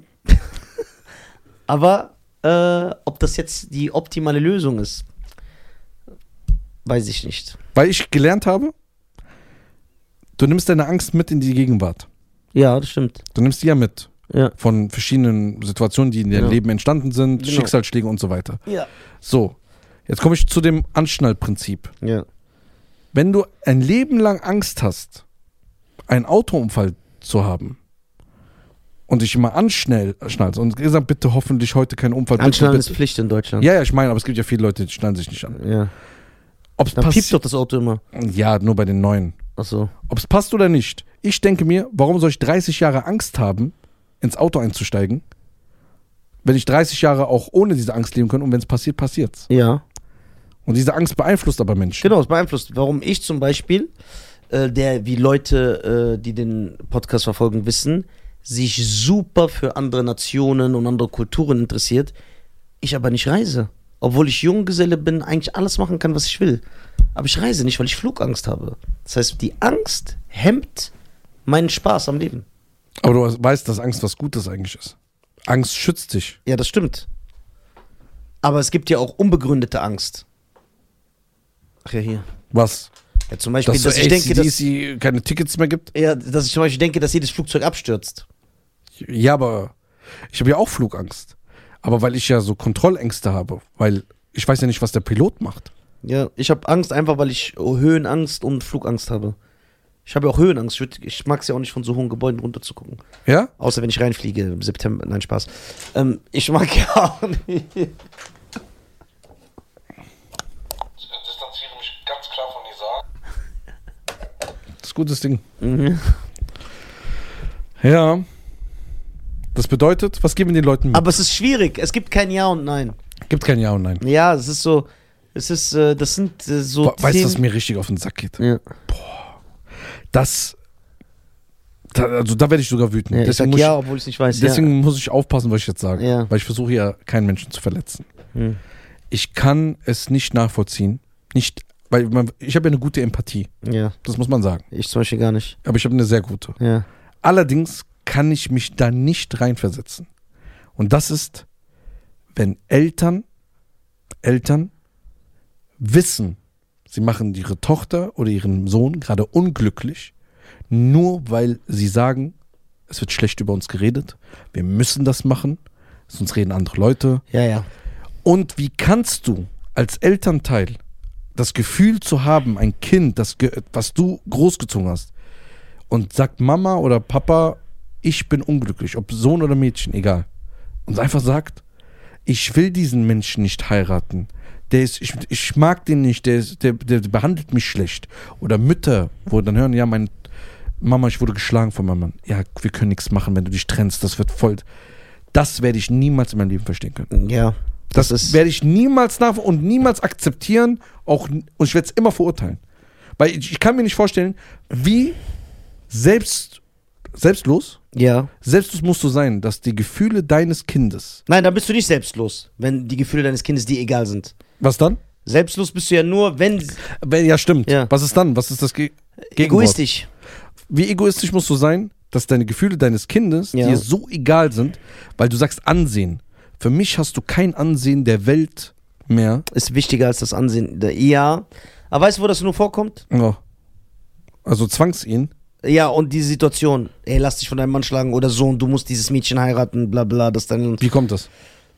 Speaker 2: Aber äh, ob das jetzt die optimale Lösung ist, weiß ich nicht.
Speaker 1: Weil ich gelernt habe, du nimmst deine Angst mit in die Gegenwart.
Speaker 2: Ja, das stimmt.
Speaker 1: Du nimmst die ja mit.
Speaker 2: Ja.
Speaker 1: Von verschiedenen Situationen, die in deinem
Speaker 2: Genau.
Speaker 1: Leben entstanden sind,
Speaker 2: Genau.
Speaker 1: Schicksalsschläge und so weiter.
Speaker 2: Ja.
Speaker 1: So, jetzt komme ich zu dem Anschnallprinzip.
Speaker 2: Ja.
Speaker 1: Wenn du ein Leben lang Angst hast, einen Autounfall zu haben und dich immer anschnallst und gesagt, bitte hoffentlich heute kein Unfall. bitte,
Speaker 2: Anschnallen ist
Speaker 1: bitte.
Speaker 2: Pflicht in Deutschland.
Speaker 1: Ja, ja, ich meine, aber es gibt ja viele Leute, die schnallen sich nicht an.
Speaker 2: Ja.
Speaker 1: Ob's
Speaker 2: Dann piept
Speaker 1: passt,
Speaker 2: doch das Auto immer.
Speaker 1: ja, nur bei den Neuen.
Speaker 2: Achso.
Speaker 1: Ob es passt oder nicht. Ich denke mir, warum soll ich dreißig Jahre Angst haben, ins Auto einzusteigen, wenn ich dreißig Jahre auch ohne diese Angst leben kann und wenn es passiert, passiert's.
Speaker 2: Ja.
Speaker 1: Und diese Angst beeinflusst aber Menschen.
Speaker 2: Genau, es beeinflusst. Warum ich zum Beispiel, äh, der, wie Leute, äh, die den Podcast verfolgen, wissen, sich super für andere Nationen und andere Kulturen interessiert, ich aber nicht reise. Obwohl ich Junggeselle bin, eigentlich alles machen kann, was ich will. Aber ich reise nicht, weil ich Flugangst habe. Das heißt, die Angst hemmt meinen Spaß am Leben.
Speaker 1: Aber du weißt, dass Angst was Gutes eigentlich ist. Angst schützt dich.
Speaker 2: Ja, das stimmt. Aber es gibt ja auch unbegründete Angst. Ach ja, hier.
Speaker 1: Was?
Speaker 2: Ja, zum Beispiel,
Speaker 1: Dass,
Speaker 2: dass,
Speaker 1: so
Speaker 2: ich denke, dass,
Speaker 1: A C D C keine Tickets mehr gibt?
Speaker 2: ja, dass ich zum Beispiel denke, dass jedes Flugzeug abstürzt.
Speaker 1: Ja, aber ich habe ja auch Flugangst. Aber weil ich ja so Kontrollängste habe. Weil ich weiß ja nicht, was der Pilot macht.
Speaker 2: Ja, ich habe Angst einfach, weil ich Höhenangst und Flugangst habe. Ich habe ja auch Höhenangst. Ich, würd- ich mag es ja auch nicht, von so hohen Gebäuden runterzugucken.
Speaker 1: Ja?
Speaker 2: Außer wenn ich reinfliege im September. Nein, Spaß. Ähm, ich mag ja auch nicht.
Speaker 3: Ich distanziere mich ganz klar von Nizar.
Speaker 1: Das ist ein gutes Ding.
Speaker 2: Mhm.
Speaker 1: Ja. Das bedeutet, was geben wir den Leuten mit?
Speaker 2: Aber es ist schwierig. Es gibt kein Ja und Nein.
Speaker 1: Gibt kein Ja und Nein.
Speaker 2: Ja, es ist so. Es ist, äh, das sind äh, so.
Speaker 1: Boah, weißt du, was
Speaker 2: Themen-
Speaker 1: mir richtig auf den Sack geht?
Speaker 2: Ja.
Speaker 1: Das, da, also da werde ich sogar wütend.
Speaker 2: Ja, ich
Speaker 1: deswegen
Speaker 2: sag
Speaker 1: muss
Speaker 2: ja,
Speaker 1: ich,
Speaker 2: obwohl ich es nicht weiß.
Speaker 1: deswegen muss ich aufpassen, was ich jetzt sage.
Speaker 2: Ja.
Speaker 1: Weil ich versuche ja, keinen Menschen zu verletzen.
Speaker 2: Ja. Hm.
Speaker 1: Ich kann es nicht nachvollziehen. Nicht, weil man, ich habe ja eine gute Empathie.
Speaker 2: Ja,
Speaker 1: Das muss man sagen.
Speaker 2: ich zum Beispiel gar nicht.
Speaker 1: Aber ich habe eine sehr gute.
Speaker 2: Ja.
Speaker 1: Allerdings kann ich mich da nicht reinversetzen. Und das ist, wenn Eltern, Eltern wissen, sie machen ihre Tochter oder ihren Sohn gerade unglücklich, nur weil sie sagen, es wird schlecht über uns geredet, wir müssen das machen, sonst reden andere Leute.
Speaker 2: Ja, ja.
Speaker 1: Und wie kannst du als Elternteil das Gefühl zu haben, ein Kind, das, ge- was du großgezogen hast, und sagt Mama oder Papa, ich bin unglücklich, ob Sohn oder Mädchen, egal. Und einfach sagt, ich will diesen Menschen nicht heiraten. Der ist, ich, ich mag den nicht, der, ist, der, der behandelt mich schlecht. Oder Mütter, wo dann hören, ja, mein Mama, ich wurde geschlagen von meinem Mann. Ja, wir können nichts machen, wenn du dich trennst, das wird voll. Das werde ich niemals in meinem Leben verstehen können.
Speaker 2: Ja.
Speaker 1: Das,
Speaker 2: Das ist-
Speaker 1: werde ich niemals nach und niemals akzeptieren, auch, und ich werde es immer verurteilen. Weil ich, ich kann mir nicht vorstellen, wie selbst, selbstlos,
Speaker 2: Ja.
Speaker 1: selbstlos musst du sein, dass die Gefühle deines Kindes,
Speaker 2: Nein, da bist du nicht selbstlos, wenn die Gefühle deines Kindes dir egal sind.
Speaker 1: was dann?
Speaker 2: Selbstlos bist du ja nur, wenn
Speaker 1: Wenn- Ja, stimmt.
Speaker 2: Ja.
Speaker 1: Was ist dann? Was ist das Ge Gegenwort?
Speaker 2: egoistisch.
Speaker 1: Wie egoistisch musst du sein, dass deine Gefühle deines Kindes
Speaker 2: Ja.
Speaker 1: dir so egal sind, weil du sagst Ansehen. Für mich hast du kein Ansehen der Welt mehr.
Speaker 2: Ist wichtiger als das Ansehen. Ja. Aber weißt du, wo das nur vorkommt?
Speaker 1: Ja. Also zwangs ihn.
Speaker 2: Ja, und diese Situation, ey, lass dich von deinem Mann schlagen oder Sohn, du musst dieses Mädchen heiraten, bla bla, das dann.
Speaker 1: Wie kommt das?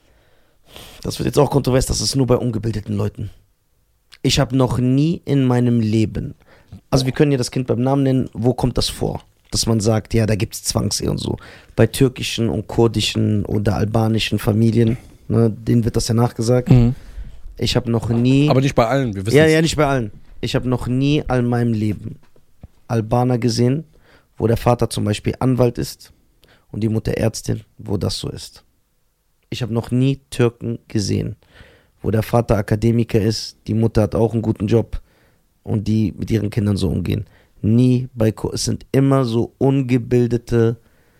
Speaker 2: Das wird jetzt auch kontrovers, das ist nur bei ungebildeten Leuten. Ich habe noch nie in meinem Leben, also wir können ja das Kind beim Namen nennen, wo kommt das vor? Dass man sagt, ja, da gibt es Zwangsehe und so. Bei türkischen und kurdischen oder albanischen Familien, ne, denen wird das ja nachgesagt. Ich habe noch nie...
Speaker 1: Aber nicht bei allen, wir wissen
Speaker 2: Ja,
Speaker 1: es.
Speaker 2: ja, nicht bei allen. Ich habe noch nie all meinem Leben Albaner gesehen, wo der Vater zum Beispiel Anwalt ist und die Mutter Ärztin, wo das so ist. Ich habe noch nie Türken gesehen, wo der Vater Akademiker ist, die Mutter hat auch einen guten Job und die mit ihren Kindern so umgehen. Nie bei... Ko- es sind immer so ungebildete...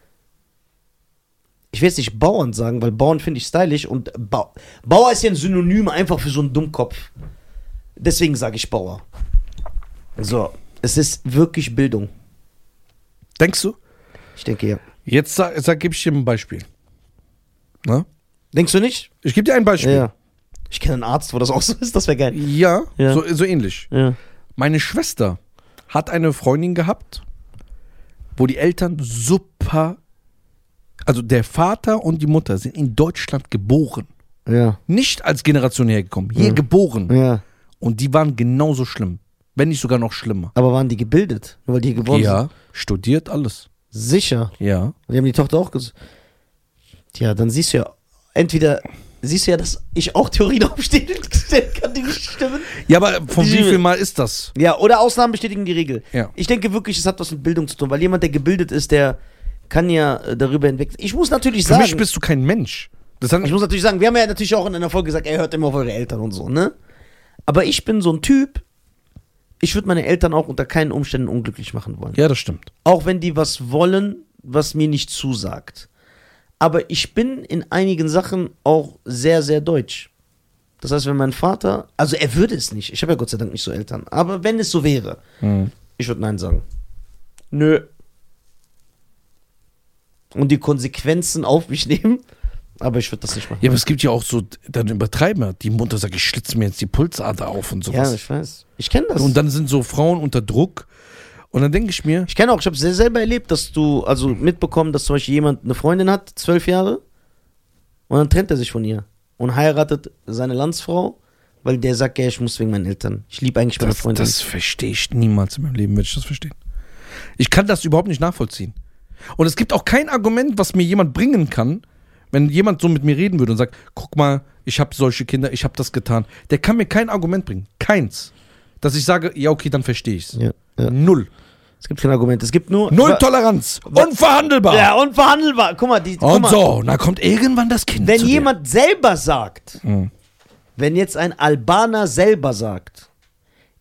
Speaker 2: Ich will jetzt nicht Bauern sagen, weil Bauern finde ich stylisch und ba Bauer ist ja ein Synonym einfach für so einen Dummkopf. Deswegen sage ich Bauer. So, es ist wirklich Bildung.
Speaker 1: Denkst du?
Speaker 2: Ich denke ja.
Speaker 1: Jetzt sag, sag, gebe ich dir ein Beispiel. Na?
Speaker 2: Denkst du nicht?
Speaker 1: Ich gebe dir ein Beispiel.
Speaker 2: Ja. Ich kenne einen Arzt, wo das auch so ist, das wäre geil.
Speaker 1: Ja,
Speaker 2: Ja.
Speaker 1: So, so ähnlich.
Speaker 2: Ja.
Speaker 1: Meine Schwester hat eine Freundin gehabt, wo die Eltern super, also der Vater und die Mutter sind in Deutschland geboren.
Speaker 2: Ja.
Speaker 1: Nicht als Generation hergekommen, hier
Speaker 2: Ja.
Speaker 1: geboren.
Speaker 2: Ja.
Speaker 1: Und die waren genauso schlimm, wenn nicht sogar noch schlimmer.
Speaker 2: Aber waren die gebildet? Nur weil die hier geboren
Speaker 1: Ja,
Speaker 2: sind?
Speaker 1: studiert alles.
Speaker 2: Sicher.
Speaker 1: Ja.
Speaker 2: Die haben die Tochter auch gesagt. Tja, dann siehst du ja, entweder siehst du ja, dass ich auch Theorien aufstellen kann, die nicht stimmen.
Speaker 1: Ja, aber von
Speaker 2: Die-
Speaker 1: wie viel Mal ist das?
Speaker 2: Ja, oder Ausnahmen bestätigen die Regel.
Speaker 1: Ja.
Speaker 2: Ich denke wirklich, es hat was mit Bildung zu tun, weil jemand, der gebildet ist, der kann ja äh, darüber hinweg. Ich muss natürlich
Speaker 1: Für
Speaker 2: sagen,
Speaker 1: mich bist du kein Mensch. Das hat,
Speaker 2: ich muss natürlich sagen, wir haben ja natürlich auch in einer Folge gesagt, ey, hört immer auf eure Eltern und so, ne? Aber ich bin so ein Typ, ich würde meine Eltern auch unter keinen Umständen unglücklich machen wollen.
Speaker 1: ja, das stimmt.
Speaker 2: Auch wenn die was wollen, was mir nicht zusagt. Aber ich bin in einigen Sachen auch sehr, sehr deutsch. Das heißt, wenn mein Vater, also er würde es nicht, ich habe ja Gott sei Dank nicht so Eltern, aber wenn es so wäre,
Speaker 1: Mhm.
Speaker 2: ich würde Nein sagen. Nö. Und die Konsequenzen auf mich nehmen, aber ich würde das nicht machen.
Speaker 1: Ja, aber es gibt ja auch so, dann Übertreiber. Die Mutter sagt, ich schlitze mir jetzt die Pulsader auf und sowas.
Speaker 2: Ja, ich weiß. Ich kenne das.
Speaker 1: Und dann sind so Frauen unter Druck. Und dann denke ich mir,
Speaker 2: ich kenne auch, ich habe sehr selber erlebt, dass du, also mitbekommen, dass zum Beispiel jemand eine Freundin hat, zwölf Jahre, und dann trennt er sich von ihr und heiratet seine Landsfrau, weil der sagt, ja, ich muss wegen meinen Eltern. Ich liebe eigentlich meine
Speaker 1: das,
Speaker 2: Freundin.
Speaker 1: das verstehe ich niemals in meinem Leben, werde ich das verstehen. Ich kann das überhaupt nicht nachvollziehen. Und es gibt auch kein Argument, was mir jemand bringen kann, wenn jemand so mit mir reden würde und sagt, guck mal, ich habe solche Kinder, ich habe das getan. Der kann mir kein Argument bringen. Keins. Dass ich sage, ja, okay, dann verstehe ich's.
Speaker 2: Ja, ja.
Speaker 1: Null.
Speaker 2: Es gibt kein Argument. Es gibt nur.
Speaker 1: Null
Speaker 2: Wa-
Speaker 1: Toleranz.
Speaker 2: wa-
Speaker 1: Unverhandelbar.
Speaker 2: Ja, unverhandelbar. Guck mal, die, guck
Speaker 1: Und
Speaker 2: mal.
Speaker 1: so, und dann kommt irgendwann das Kind
Speaker 2: Wenn
Speaker 1: zu dir.
Speaker 2: jemand selber sagt,
Speaker 1: Mhm.
Speaker 2: wenn jetzt ein Albaner selber sagt,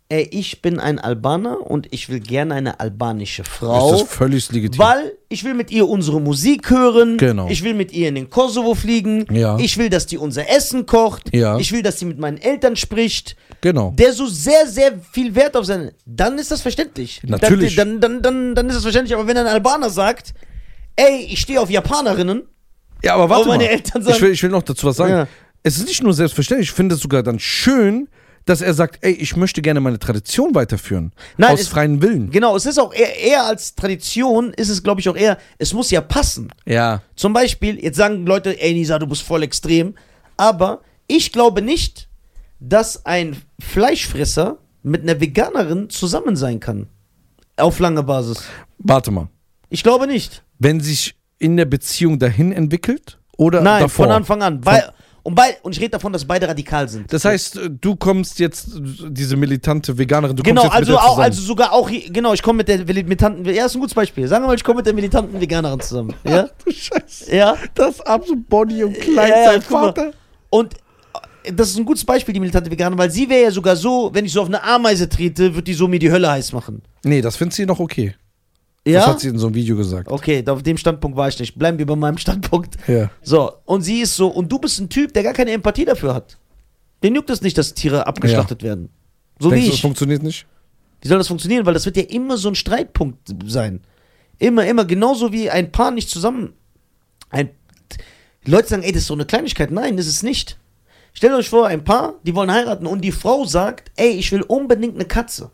Speaker 2: ey, ich bin ein Albaner und ich will gerne eine albanische Frau.
Speaker 1: Ist das völlig legitim.
Speaker 2: Weil ich will mit ihr unsere Musik hören.
Speaker 1: Genau.
Speaker 2: Ich will mit ihr in den Kosovo fliegen.
Speaker 1: Ja.
Speaker 2: Ich will, dass die unser Essen kocht.
Speaker 1: Ja.
Speaker 2: Ich will, dass sie mit meinen Eltern spricht.
Speaker 1: Genau.
Speaker 2: Der so sehr, sehr viel Wert auf seine. Dann ist das verständlich.
Speaker 1: Natürlich.
Speaker 2: Dann, dann, dann, dann, dann ist das verständlich. Aber wenn ein Albaner sagt, ey, ich stehe auf Japanerinnen.
Speaker 1: Ja, aber warte
Speaker 2: Aber meine
Speaker 1: mal.
Speaker 2: Eltern sagen-
Speaker 1: ich, will, ich will noch dazu was sagen.
Speaker 2: Ja.
Speaker 1: Es ist nicht nur selbstverständlich, ich finde es sogar dann schön, dass er sagt, ey, ich möchte gerne meine Tradition weiterführen.
Speaker 2: Nein,
Speaker 1: aus
Speaker 2: es-
Speaker 1: freien Willen.
Speaker 2: Genau, es ist auch eher, eher als Tradition, ist es, glaube ich, auch eher, es muss ja passen.
Speaker 1: Ja.
Speaker 2: Zum Beispiel, jetzt sagen Leute, ey Nisa, du bist voll extrem. Aber ich glaube nicht, dass ein Fleischfresser mit einer Veganerin zusammen sein kann. Auf lange Basis.
Speaker 1: Warte mal.
Speaker 2: Ich glaube nicht.
Speaker 1: Wenn sich in der Beziehung dahin entwickelt oder
Speaker 2: Nein,
Speaker 1: davor?
Speaker 2: von Anfang an. Bei, und, bei, und ich rede davon, dass beide radikal sind.
Speaker 1: Das heißt, du kommst jetzt, diese militante Veganerin, du
Speaker 2: genau,
Speaker 1: kommst jetzt
Speaker 2: also,
Speaker 1: mit der
Speaker 2: auch,
Speaker 1: zusammen.
Speaker 2: also sogar auch, hier- genau, ich komme mit der militanten, ja, ist ein gutes Beispiel. Sagen wir mal, ich komme mit der militanten Veganerin zusammen. Ja?
Speaker 1: Du Scheiße.
Speaker 2: Ja?
Speaker 1: Das absolut Bonnie und Klein,
Speaker 2: Ja, ja,
Speaker 1: sein
Speaker 2: guck mal.
Speaker 1: Vater.
Speaker 2: Und äh, das ist ein gutes Beispiel, die militante Veganerin, weil sie wäre ja sogar so, wenn ich so auf eine Ameise trete, wird die so mir die Hölle heiß machen.
Speaker 1: Nee, das findest du noch okay.
Speaker 2: Ja?
Speaker 1: Das hat sie in so einem Video gesagt.
Speaker 2: Okay, auf dem Standpunkt war ich nicht. Bleiben wir bei meinem Standpunkt.
Speaker 1: Ja.
Speaker 2: So, und sie ist so, und du bist ein Typ, der gar keine Empathie dafür hat. Den juckt es nicht, dass Tiere abgeschlachtet werden. So
Speaker 1: Denkst
Speaker 2: wie
Speaker 1: du, das
Speaker 2: ich.
Speaker 1: funktioniert nicht?
Speaker 2: Wie soll das funktionieren? Weil das wird ja immer so ein Streitpunkt sein. Immer, immer. Genauso wie ein Paar nicht zusammen. Ein, die Leute sagen, ey, das ist so eine Kleinigkeit. Nein, das ist nicht. Stellt euch vor, ein Paar, die wollen heiraten und die Frau sagt, ey, ich will unbedingt eine Katze.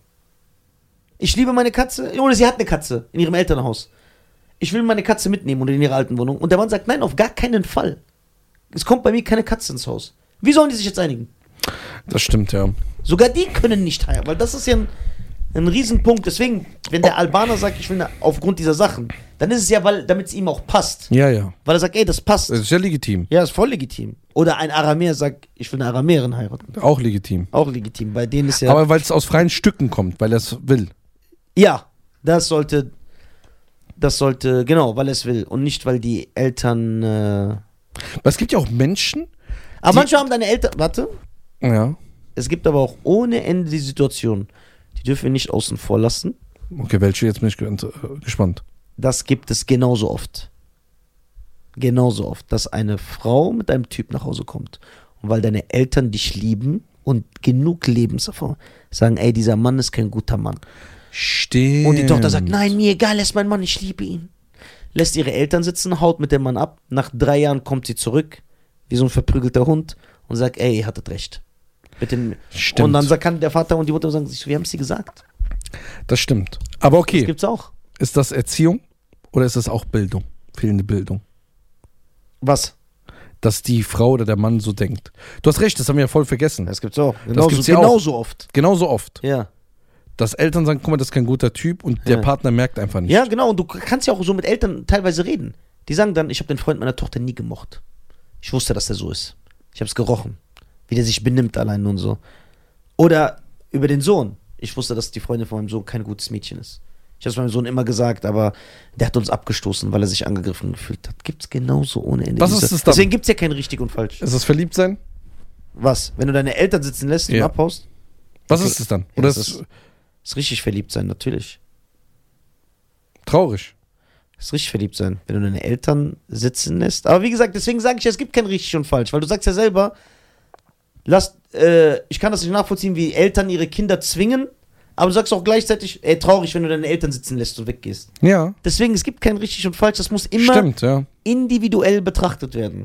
Speaker 2: Ich liebe meine Katze. Oder sie hat eine Katze in ihrem Elternhaus. Ich will meine Katze mitnehmen oder in ihrer alten Wohnung. Und der Mann sagt, nein, auf gar keinen Fall. Es kommt bei mir keine Katze ins Haus. Wie sollen die sich jetzt einigen?
Speaker 1: Das stimmt, ja.
Speaker 2: Sogar die können nicht heiraten, weil das ist ja ein, ein Riesenpunkt. Deswegen, wenn der Albaner sagt, ich will eine, aufgrund dieser Sachen, dann ist es ja, weil, damit es ihm auch passt.
Speaker 1: Ja, ja.
Speaker 2: Weil er sagt, ey, das passt.
Speaker 1: Das ist ja legitim.
Speaker 2: Ja, ist voll legitim. Oder ein Aramäer sagt, ich will eine Aramäerin heiraten.
Speaker 1: Auch legitim.
Speaker 2: Auch legitim. Bei denen ist ja.
Speaker 1: Aber weil es aus freien Stücken kommt, weil er es will.
Speaker 2: Ja, das sollte. Das sollte, genau, weil er es will. Und nicht, weil die Eltern. Äh,
Speaker 1: Aber es gibt ja auch Menschen.
Speaker 2: aber
Speaker 1: Die-
Speaker 2: manchmal haben deine Eltern. Warte.
Speaker 1: Ja.
Speaker 2: Es gibt aber auch ohne Ende die Situation, die dürfen wir nicht außen vor lassen.
Speaker 1: Okay, welche? Jetzt bin ich ge- äh, gespannt.
Speaker 2: Das gibt es genauso oft. Genauso oft, dass eine Frau mit einem Typ nach Hause kommt. Und weil deine Eltern dich lieben und genug Lebenserfahrung sagen, ey, dieser Mann ist kein guter Mann.
Speaker 1: Stimmt.
Speaker 2: Und die Tochter sagt, nein, mir egal, er ist mein Mann, ich liebe ihn. Lässt ihre Eltern sitzen, haut mit dem Mann ab. Nach drei Jahren kommt sie zurück, wie so ein verprügelter Hund, und sagt, ey, ihr hattet recht. Bitte.
Speaker 1: Stimmt.
Speaker 2: Und dann sagt, kann der Vater und die Mutter sagen, sich so, wir haben es dir gesagt.
Speaker 1: Das stimmt. Aber
Speaker 2: Das
Speaker 1: okay,
Speaker 2: gibt's auch.
Speaker 1: ist das Erziehung oder ist das auch Bildung? Fehlende Bildung.
Speaker 2: Was?
Speaker 1: Dass die Frau oder der Mann so denkt. Du hast recht, das haben wir ja voll vergessen.
Speaker 2: Das gibt's auch. Genauso,
Speaker 1: gibt's ja auch.
Speaker 2: genauso oft.
Speaker 1: Genauso oft.
Speaker 2: Ja.
Speaker 1: Dass Eltern sagen, guck mal, das ist kein guter Typ und der
Speaker 2: Ja.
Speaker 1: Partner merkt einfach nicht.
Speaker 2: Ja, genau. Und du kannst ja auch so mit Eltern teilweise reden. Die sagen dann, ich habe den Freund meiner Tochter nie gemocht. Ich wusste, dass der so ist. Ich habe es gerochen. Wie der sich benimmt allein und so. Oder über den Sohn. Ich wusste, dass die Freundin von meinem Sohn kein gutes Mädchen ist. Ich habe es meinem Sohn immer gesagt, aber der hat uns abgestoßen, weil er sich angegriffen gefühlt hat. Gibt's genauso ohne Ende.
Speaker 1: Was
Speaker 2: Diese-
Speaker 1: ist es dann?
Speaker 2: Deswegen gibt's ja kein richtig und falsch.
Speaker 1: Ist das Verliebtsein?
Speaker 2: Was? Wenn du deine Eltern sitzen lässt und
Speaker 1: Ja.
Speaker 2: abhaust?
Speaker 1: Was
Speaker 2: Okay.
Speaker 1: ist es dann?
Speaker 2: Ja,
Speaker 1: Oder
Speaker 2: das
Speaker 1: ist
Speaker 2: ist, ist richtig verliebt sein, natürlich.
Speaker 1: traurig?
Speaker 2: Ist richtig verliebt sein, wenn du deine Eltern sitzen lässt. Aber wie gesagt, deswegen sage ich, es gibt kein richtig und falsch, weil du sagst ja selber, lass, äh, ich kann das nicht nachvollziehen, wie Eltern ihre Kinder zwingen, aber du sagst auch gleichzeitig, ey, traurig, wenn du deine Eltern sitzen lässt und weggehst.
Speaker 1: Ja.
Speaker 2: Deswegen, es gibt kein richtig und falsch, das muss immer
Speaker 1: Stimmt, ja.
Speaker 2: individuell betrachtet werden.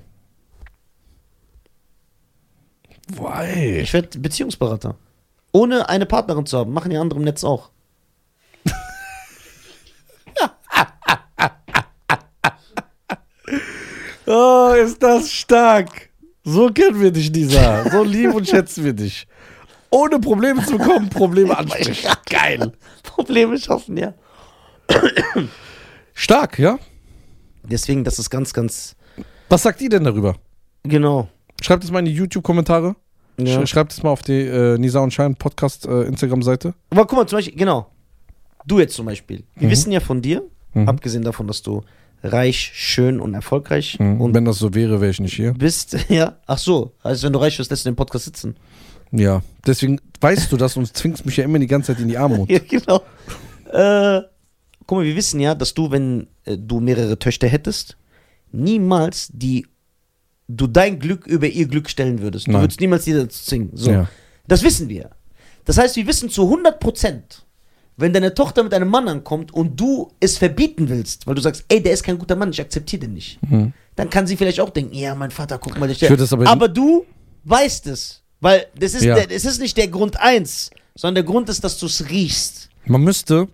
Speaker 1: Boah, ey.
Speaker 2: Ich werde Beziehungsberater. Ohne eine Partnerin zu haben, machen die anderen im Netz auch.
Speaker 1: Oh, ist das stark. So kennen wir dich, Nisa. So lieben und schätzen wir dich. Ohne Probleme zu bekommen, Probleme ansprechen. Geil.
Speaker 2: Probleme schaffen, ja.
Speaker 1: Stark, ja?
Speaker 2: Deswegen, das ist ganz, ganz,
Speaker 1: Was sagt ihr denn darüber?
Speaker 2: genau.
Speaker 1: Schreibt es mal in die YouTube-Kommentare.
Speaker 2: Ja.
Speaker 1: Sch- Schreibt es mal auf die äh, Nisa und Schein Podcast äh, Instagram-Seite.
Speaker 2: Aber guck mal, zum Beispiel, genau. Du jetzt zum Beispiel. Wir
Speaker 1: Mhm.
Speaker 2: wissen ja von dir,
Speaker 1: Mhm.
Speaker 2: abgesehen davon, dass du reich, schön und erfolgreich
Speaker 1: Mhm.
Speaker 2: und
Speaker 1: Wenn das so wäre, wäre ich nicht hier.
Speaker 2: bist, ja. Ach so, also wenn du reich wirst, lässt du den Podcast sitzen.
Speaker 1: Ja, deswegen weißt du das und zwingst mich ja immer die ganze Zeit in die Armut.
Speaker 2: Ja, genau. Äh, guck mal, wir wissen ja, dass du, wenn äh, du mehrere Töchter hättest, niemals die, du dein Glück über ihr Glück stellen würdest. Du
Speaker 1: Nein.
Speaker 2: würdest niemals die dazu zwingen. So.
Speaker 1: Ja.
Speaker 2: Das wissen wir. Das heißt, wir wissen zu hundert Prozent, wenn deine Tochter mit einem Mann ankommt und du es verbieten willst, weil du sagst, ey, der ist kein guter Mann, ich akzeptiere den nicht,
Speaker 1: Mhm.
Speaker 2: dann kann sie vielleicht auch denken, ja, mein Vater, guck mal, der
Speaker 1: Ich würde das aber-
Speaker 2: aber du weißt es, weil das ist,
Speaker 1: Ja.
Speaker 2: der, es ist nicht der Grund eins, sondern der Grund ist, dass du es riechst.
Speaker 1: Man müsste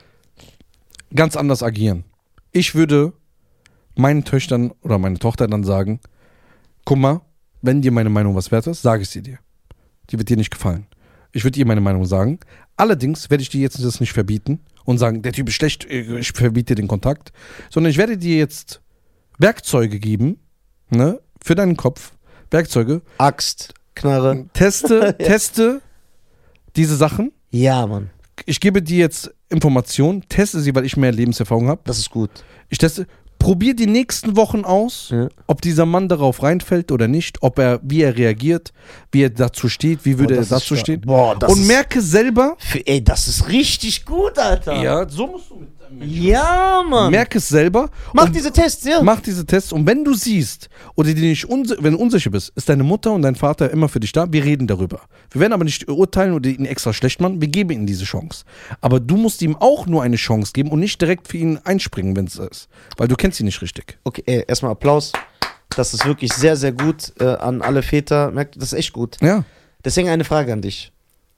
Speaker 1: ganz anders agieren. Ich würde meinen Töchtern oder meine Tochter dann sagen, guck mal, wenn dir meine Meinung was wert ist, sage ich sie dir. Die wird dir nicht gefallen. Ich würde ihr meine Meinung sagen. Allerdings werde ich dir jetzt das nicht verbieten und sagen, der Typ ist schlecht, ich verbiete dir den Kontakt. Sondern ich werde dir jetzt Werkzeuge geben, ne, für deinen Kopf. Werkzeuge.
Speaker 2: Axt, Knarre.
Speaker 1: Teste, teste diese Sachen.
Speaker 2: Ja, Mann,
Speaker 1: Ich gebe dir jetzt Informationen, teste sie, weil ich mehr Lebenserfahrung habe.
Speaker 2: das ist gut.
Speaker 1: Ich teste, probier die nächsten Wochen aus,
Speaker 2: Ja.
Speaker 1: ob dieser Mann darauf reinfällt oder nicht, ob er, wie er reagiert, wie er dazu steht, wie würde
Speaker 2: Boah,
Speaker 1: er
Speaker 2: das ist
Speaker 1: dazu
Speaker 2: stark.
Speaker 1: stehen.
Speaker 2: Boah, das
Speaker 1: Und
Speaker 2: ist-
Speaker 1: merke selber,
Speaker 2: Für, ey, das ist richtig gut, Alter.
Speaker 1: so musst du mit
Speaker 2: Ja, Mann.
Speaker 1: merke es selber.
Speaker 2: Mach
Speaker 1: und
Speaker 2: diese Tests, ja.
Speaker 1: Mach diese Tests und wenn du siehst oder dir nicht unsi- wenn du unsicher bist, ist deine Mutter und dein Vater immer für dich da. Wir reden darüber. Wir werden aber nicht urteilen oder ihn extra schlecht machen. Wir geben ihm diese Chance. Aber du musst ihm auch nur eine Chance geben und nicht direkt für ihn einspringen, wenn es ist. Weil du kennst ihn nicht richtig.
Speaker 2: Okay, ey, erstmal Applaus. Das ist wirklich sehr, sehr gut äh, an alle Väter. Merkt, das ist echt gut.
Speaker 1: Ja.
Speaker 2: Deswegen eine Frage an dich.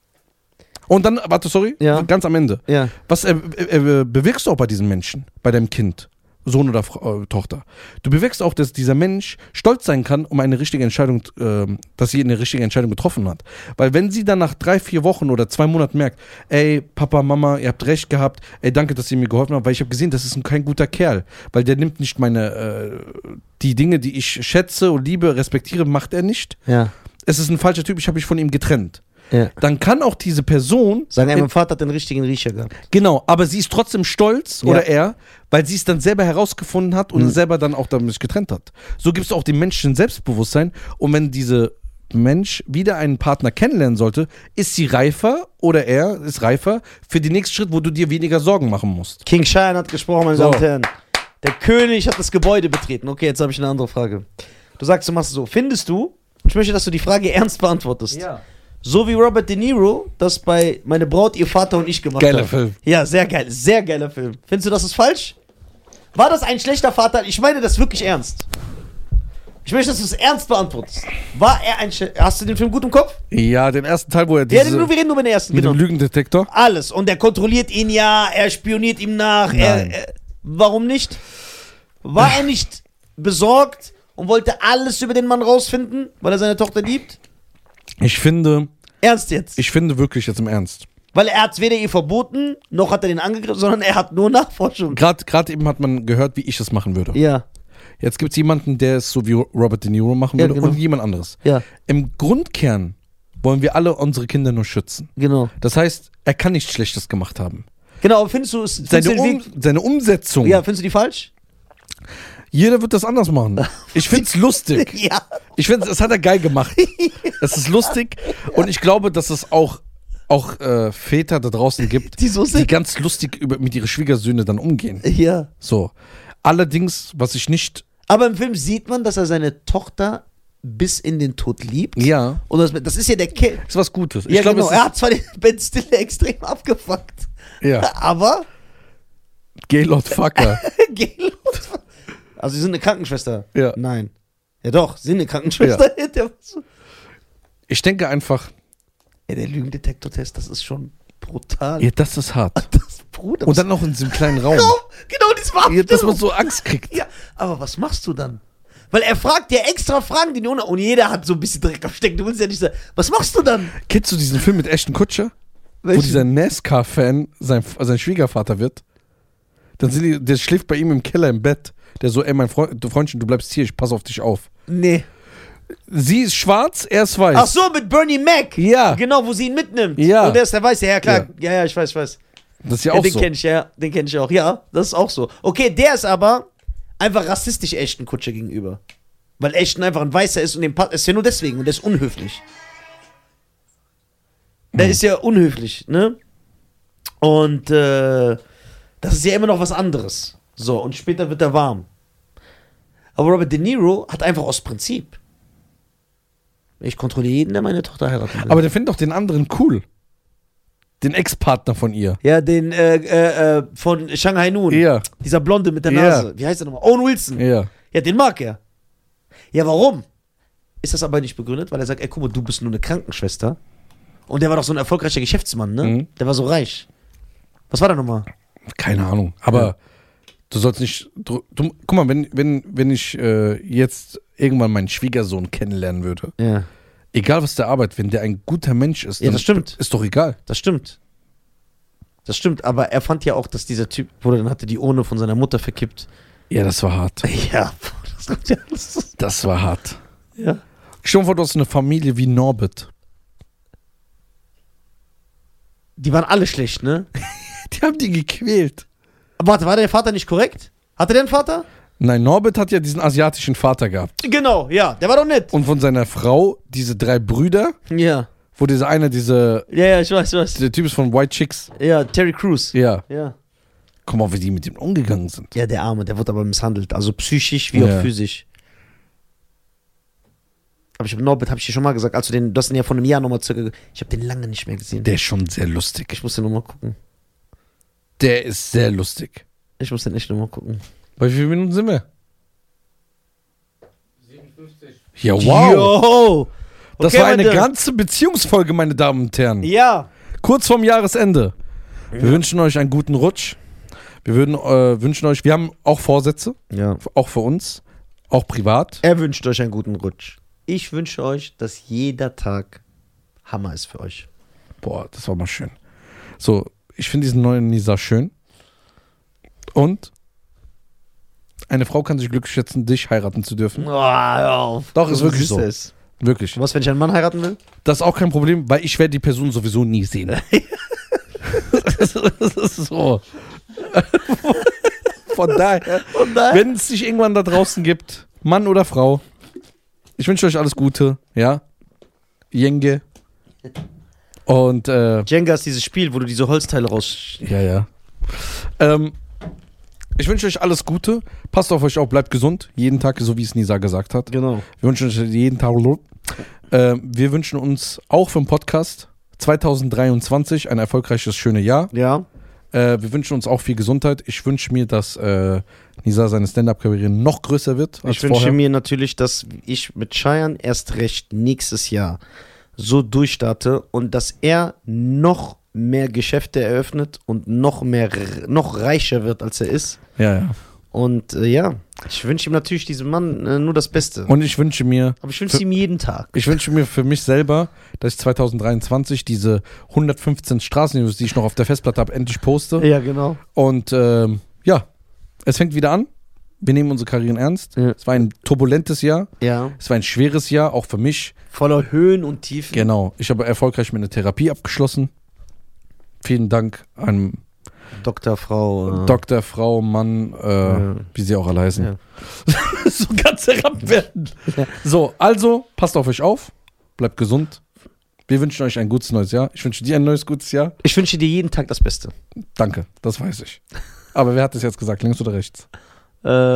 Speaker 1: Und dann, warte, sorry,
Speaker 2: Ja.
Speaker 1: ganz am Ende.
Speaker 2: Ja.
Speaker 1: Was äh, äh, bewirkst du auch bei diesem Menschen, bei deinem Kind, Sohn oder Frau, äh, Tochter? Du bewirkst auch, dass dieser Mensch stolz sein kann, um eine richtige Entscheidung, äh, dass sie eine richtige Entscheidung getroffen hat. Weil wenn sie dann nach drei, vier Wochen oder zwei Monaten merkt, ey, Papa, Mama, ihr habt recht gehabt, ey, danke, dass ihr mir geholfen habt, weil ich habe gesehen, das ist ein, kein guter Kerl, weil der nimmt nicht meine, äh, die Dinge, die ich schätze und liebe, respektiere, macht er nicht.
Speaker 2: Ja.
Speaker 1: Es ist ein falscher Typ, ich habe mich von ihm getrennt.
Speaker 2: Ja.
Speaker 1: Dann kann auch diese Person
Speaker 2: Sagen, ey, mein Vater hat den richtigen Riecher gehabt.
Speaker 1: Genau, aber sie ist trotzdem stolz,
Speaker 2: Ja.
Speaker 1: oder er, weil sie es dann selber herausgefunden hat und selber dann auch damit sich getrennt hat. So gibt es auch dem Menschen Selbstbewusstsein. Und wenn diese Mensch wieder einen Partner kennenlernen sollte, ist sie reifer oder er ist reifer für den nächsten Schritt, wo du dir weniger Sorgen machen musst.
Speaker 2: King Cheyenne hat gesprochen, meine
Speaker 1: So.
Speaker 2: Damen und Herren. Der König hat das Gebäude betreten. Okay, jetzt habe ich eine andere Frage. Du sagst, du machst es so. Findest du, ich möchte, dass du die Frage ernst beantwortest. So wie Robert De Niro das bei Meine Braut, ihr Vater und ich gemacht
Speaker 1: Geiler
Speaker 2: haben.
Speaker 1: Film.
Speaker 2: Ja, sehr geil. Sehr geiler Film. Findest du, das ist falsch? War das ein schlechter Vater? Ich meine das wirklich ernst. Ich möchte, dass du es ernst beantwortest. War er ein Sch Hast du den Film gut im Kopf?
Speaker 1: Ja, den ersten Teil, wo er
Speaker 2: Ja,
Speaker 1: diese,
Speaker 2: wir reden nur über den ersten.
Speaker 1: mit
Speaker 2: Genau.
Speaker 1: dem Lügendetektor.
Speaker 2: Alles. Und er kontrolliert ihn ja, er spioniert ihm nach. Er,
Speaker 1: Nein.
Speaker 2: er, warum nicht? War er nicht besorgt und wollte alles über den Mann rausfinden, weil er seine Tochter liebt?
Speaker 1: Ich finde,
Speaker 2: Ernst jetzt.
Speaker 1: ich finde wirklich jetzt im Ernst.
Speaker 2: Weil er hat weder ihr verboten, noch hat er den angegriffen, sondern er hat nur Nachforschung.
Speaker 1: Gerade gerade eben hat man gehört, wie ich es machen würde.
Speaker 2: Ja,
Speaker 1: Jetzt gibt es jemanden, der es so wie Robert De Niro machen
Speaker 2: Ja,
Speaker 1: würde
Speaker 2: genau.
Speaker 1: und jemand anderes.
Speaker 2: ja,
Speaker 1: Im Grundkern wollen wir alle unsere Kinder nur schützen.
Speaker 2: genau.
Speaker 1: Das heißt, er kann nichts Schlechtes gemacht haben.
Speaker 2: Genau, aber findest du es. Findest
Speaker 1: Seine,
Speaker 2: du den
Speaker 1: um,
Speaker 2: Weg,
Speaker 1: seine Umsetzung,
Speaker 2: ja, findest du die falsch?
Speaker 1: jeder wird das anders machen. Ich finde es lustig.
Speaker 2: Ja.
Speaker 1: Ich finde, das hat er geil gemacht. Es ist lustig und ich glaube, dass es auch, auch äh, Väter da draußen gibt,
Speaker 2: Die so
Speaker 1: die
Speaker 2: sind.
Speaker 1: ganz lustig über, mit ihren Schwiegersöhne dann umgehen.
Speaker 2: Ja.
Speaker 1: So. Allerdings, was ich nicht,
Speaker 2: Aber im Film sieht man, dass er seine Tochter bis in den Tod liebt.
Speaker 1: ja,
Speaker 2: Und das, das ist ja der Kill.
Speaker 1: ist was Gutes. Ich
Speaker 2: Ja,
Speaker 1: glaube,
Speaker 2: genau.
Speaker 1: es
Speaker 2: Er hat zwar den Ben Stiller extrem abgefuckt,
Speaker 1: ist, ja,
Speaker 2: aber.
Speaker 1: Gaylord Fucker.
Speaker 2: Gaylord. Also, sie sind eine Krankenschwester.
Speaker 1: Ja.
Speaker 2: Nein. Ja, doch, sie sind eine Krankenschwester. Der,
Speaker 1: Ich denke einfach,
Speaker 2: ja, der Lügendetektor-Test, das ist schon brutal.
Speaker 1: ja, das ist hart.
Speaker 2: Das, Bruder,
Speaker 1: Und dann noch in diesem kleinen Raum.
Speaker 2: Genau, genau, das war
Speaker 1: Ja, dass man so Angst kriegt.
Speaker 2: Ja, aber was machst du dann? Weil er fragt ja extra Fragen, die nur und jeder hat so ein bisschen Dreck am Stecken. Du willst ja nicht sagen, was machst du dann?
Speaker 1: Kennst du diesen Film mit Ashton Kutcher? Wo
Speaker 2: Welchen?
Speaker 1: dieser NASCAR-Fan sein, sein Schwiegervater wird? Dann sind die, der schläft bei ihm im Keller im Bett. Der so, ey, mein Freund, du Freundchen, du bleibst hier, ich pass auf dich auf.
Speaker 2: Nee.
Speaker 1: Sie ist schwarz, er ist weiß.
Speaker 2: Ach so, mit Bernie Mac.
Speaker 1: Ja.
Speaker 2: Genau, wo sie ihn mitnimmt.
Speaker 1: Ja.
Speaker 2: Und der ist der Weiße. Ja, klar. Ja, ja, ich weiß, ich weiß.
Speaker 1: Das ist ja
Speaker 2: Ja,
Speaker 1: auch
Speaker 2: den
Speaker 1: so.
Speaker 2: kenne ich, ja. Den kenne ich auch. Ja, das ist auch so. Okay, der ist aber einfach rassistisch Ashton Kutcher gegenüber. Weil Ashton einfach ein Weißer ist und dem Pa- ist ja nur deswegen und der ist unhöflich. Der ist ja unhöflich, ne? Und äh, das ist ja immer noch was anderes. So, und später wird er warm. Aber Robert De Niro hat einfach aus Prinzip. Ich kontrolliere jeden, der meine Tochter heiraten will.
Speaker 1: Aber der findet doch den anderen cool. Den Ex-Partner von ihr.
Speaker 2: Ja, den äh, äh, äh, von Shanghai Noon.
Speaker 1: Ja.
Speaker 2: Dieser Blonde mit der
Speaker 1: Ja.
Speaker 2: Nase. Wie heißt der nochmal? Owen Wilson.
Speaker 1: Ja.
Speaker 2: Ja, den mag er. Ja, warum? Ist das aber nicht begründet? Weil er sagt, ey, guck mal, du bist nur eine Krankenschwester. Und der war doch so ein erfolgreicher Geschäftsmann, ne?
Speaker 1: Mhm.
Speaker 2: Der war so reich. Was war der nochmal?
Speaker 1: Keine Ahnung. Aber
Speaker 2: Ja.
Speaker 1: du sollst nicht. Du, du, guck mal, wenn, wenn, wenn ich äh, jetzt irgendwann meinen Schwiegersohn kennenlernen würde,
Speaker 2: Ja.
Speaker 1: egal was der arbeitet, wenn der ein guter Mensch ist,
Speaker 2: Ja,
Speaker 1: dann
Speaker 2: das stimmt.
Speaker 1: ist doch egal.
Speaker 2: Das stimmt. Das stimmt, aber er fand ja auch, dass dieser Typ, Bruder, dann hatte die Urne von seiner Mutter verkippt.
Speaker 1: Ja, das war hart.
Speaker 2: Ja, das kommt ja alles.
Speaker 1: Das war hart.
Speaker 2: Ja.
Speaker 1: Stell dir vor, du hast eine Familie wie Norbert.
Speaker 2: Die waren alle schlecht, ne?
Speaker 1: Die haben die gequält.
Speaker 2: Warte, war der Vater nicht korrekt? Hatte der einen Vater?
Speaker 1: Nein, Norbert hat ja diesen asiatischen Vater gehabt.
Speaker 2: Genau, ja, der war doch nett.
Speaker 1: Und von seiner Frau, diese drei Brüder,
Speaker 2: Ja.
Speaker 1: wo dieser eine, diese,
Speaker 2: Ja, ja, ich weiß, ich weiß.
Speaker 1: der Typ ist von White Chicks.
Speaker 2: Ja, Terry Crews.
Speaker 1: Ja.
Speaker 2: Ja.
Speaker 1: Guck mal, wie die mit ihm umgegangen sind.
Speaker 2: Ja, der Arme, der wurde aber misshandelt. Also psychisch wie
Speaker 1: Ja.
Speaker 2: auch physisch. Aber ich habe Norbert, habe ich dir schon mal gesagt, als du den, du hast den ja vor einem Jahr nochmal circa, ich habe den lange nicht mehr gesehen.
Speaker 1: Der ist schon sehr lustig.
Speaker 2: Ich muss den nochmal gucken.
Speaker 1: Der ist sehr lustig.
Speaker 2: Ich muss den echt nochmal gucken.
Speaker 1: Bei wie vielen Minuten sind wir?
Speaker 3: siebenundfünfzig.
Speaker 1: Ja, wow.
Speaker 2: Yo!
Speaker 1: Das
Speaker 2: Okay,
Speaker 1: war eine
Speaker 2: Leute.
Speaker 1: ganze Beziehungsfolge, meine Damen und Herren.
Speaker 2: Ja.
Speaker 1: Kurz vorm Jahresende. Wir wünschen euch einen guten Rutsch. Wir würden äh, wünschen euch, wir haben auch Vorsätze,
Speaker 2: Ja.
Speaker 1: auch für uns, auch privat.
Speaker 2: Er wünscht euch einen guten Rutsch. Ich wünsche euch, dass jeder Tag Hammer ist für euch.
Speaker 1: Boah, das war mal schön. So, ich finde diesen neuen Nisa schön. Und eine Frau kann sich glücklich schätzen, dich heiraten zu dürfen.
Speaker 2: Oh, hör auf.
Speaker 1: Doch, ist
Speaker 2: So
Speaker 1: wirklich
Speaker 2: süß
Speaker 1: so.
Speaker 2: ist.
Speaker 1: Wirklich.
Speaker 2: Und was, wenn ich einen Mann heiraten will?
Speaker 1: Das ist auch kein Problem, weil ich werde die Person sowieso nie sehen. Das ist so. Von daher,
Speaker 2: Und dann?
Speaker 1: wenn es sich irgendwann da draußen gibt, Mann oder Frau, ich wünsche euch alles Gute, ja? Jenge. Und, äh,
Speaker 2: Jenga ist dieses Spiel, wo du diese Holzteile raus...
Speaker 1: ja, ja. Ähm, ich wünsche euch alles Gute. Passt auf euch auf, bleibt gesund. Jeden Tag, so wie es Nisa gesagt hat.
Speaker 2: Genau.
Speaker 1: Wir wünschen euch jeden Tag. Äh, wir wünschen uns auch für den Podcast zwanzig dreiundzwanzig ein erfolgreiches, schönes Jahr.
Speaker 2: Ja.
Speaker 1: Äh, wir wünschen uns auch viel Gesundheit. Ich wünsche mir, dass äh, Nisa seine Stand-Up-Karriere noch größer wird als
Speaker 2: Ich wünsche
Speaker 1: vorher.
Speaker 2: mir natürlich, dass ich mit Cheyenne erst recht nächstes Jahr so durchstarte und dass er noch mehr Geschäfte eröffnet und noch mehr, noch reicher wird, als er ist.
Speaker 1: Ja, ja.
Speaker 2: Und äh, ja, ich wünsche ihm natürlich diesem Mann äh, nur das Beste.
Speaker 1: Und ich wünsche mir,
Speaker 2: Aber ich wünsche
Speaker 1: für-
Speaker 2: ihm jeden Tag.
Speaker 1: ich wünsche mir für mich selber, dass ich zwanzig dreiundzwanzig diese hundertfünfzehn Straßennews, die ich noch auf der Festplatte habe, endlich poste.
Speaker 2: Ja, genau.
Speaker 1: Und ähm, ja, es fängt wieder an. Wir nehmen unsere Karrieren ernst.
Speaker 2: Ja.
Speaker 1: Es war ein turbulentes Jahr.
Speaker 2: Ja.
Speaker 1: Es war ein schweres Jahr, auch für mich.
Speaker 2: Voller Höhen und Tiefen.
Speaker 1: Genau. Ich habe erfolgreich meine Therapie abgeschlossen. Vielen Dank an
Speaker 2: Doktor, Frau. Äh,
Speaker 1: Doktor, Frau, Mann, äh,
Speaker 2: Ja.
Speaker 1: wie sie auch alle heißen.
Speaker 2: Ja.
Speaker 1: So ganz herab werden. So, also, passt auf euch auf. Bleibt gesund. Wir wünschen euch ein gutes neues Jahr. Ich wünsche dir ein neues gutes Jahr.
Speaker 2: Ich wünsche dir jeden Tag das Beste.
Speaker 1: Danke, das weiß ich. Aber wer hat das jetzt gesagt? Links oder rechts?
Speaker 2: Äh,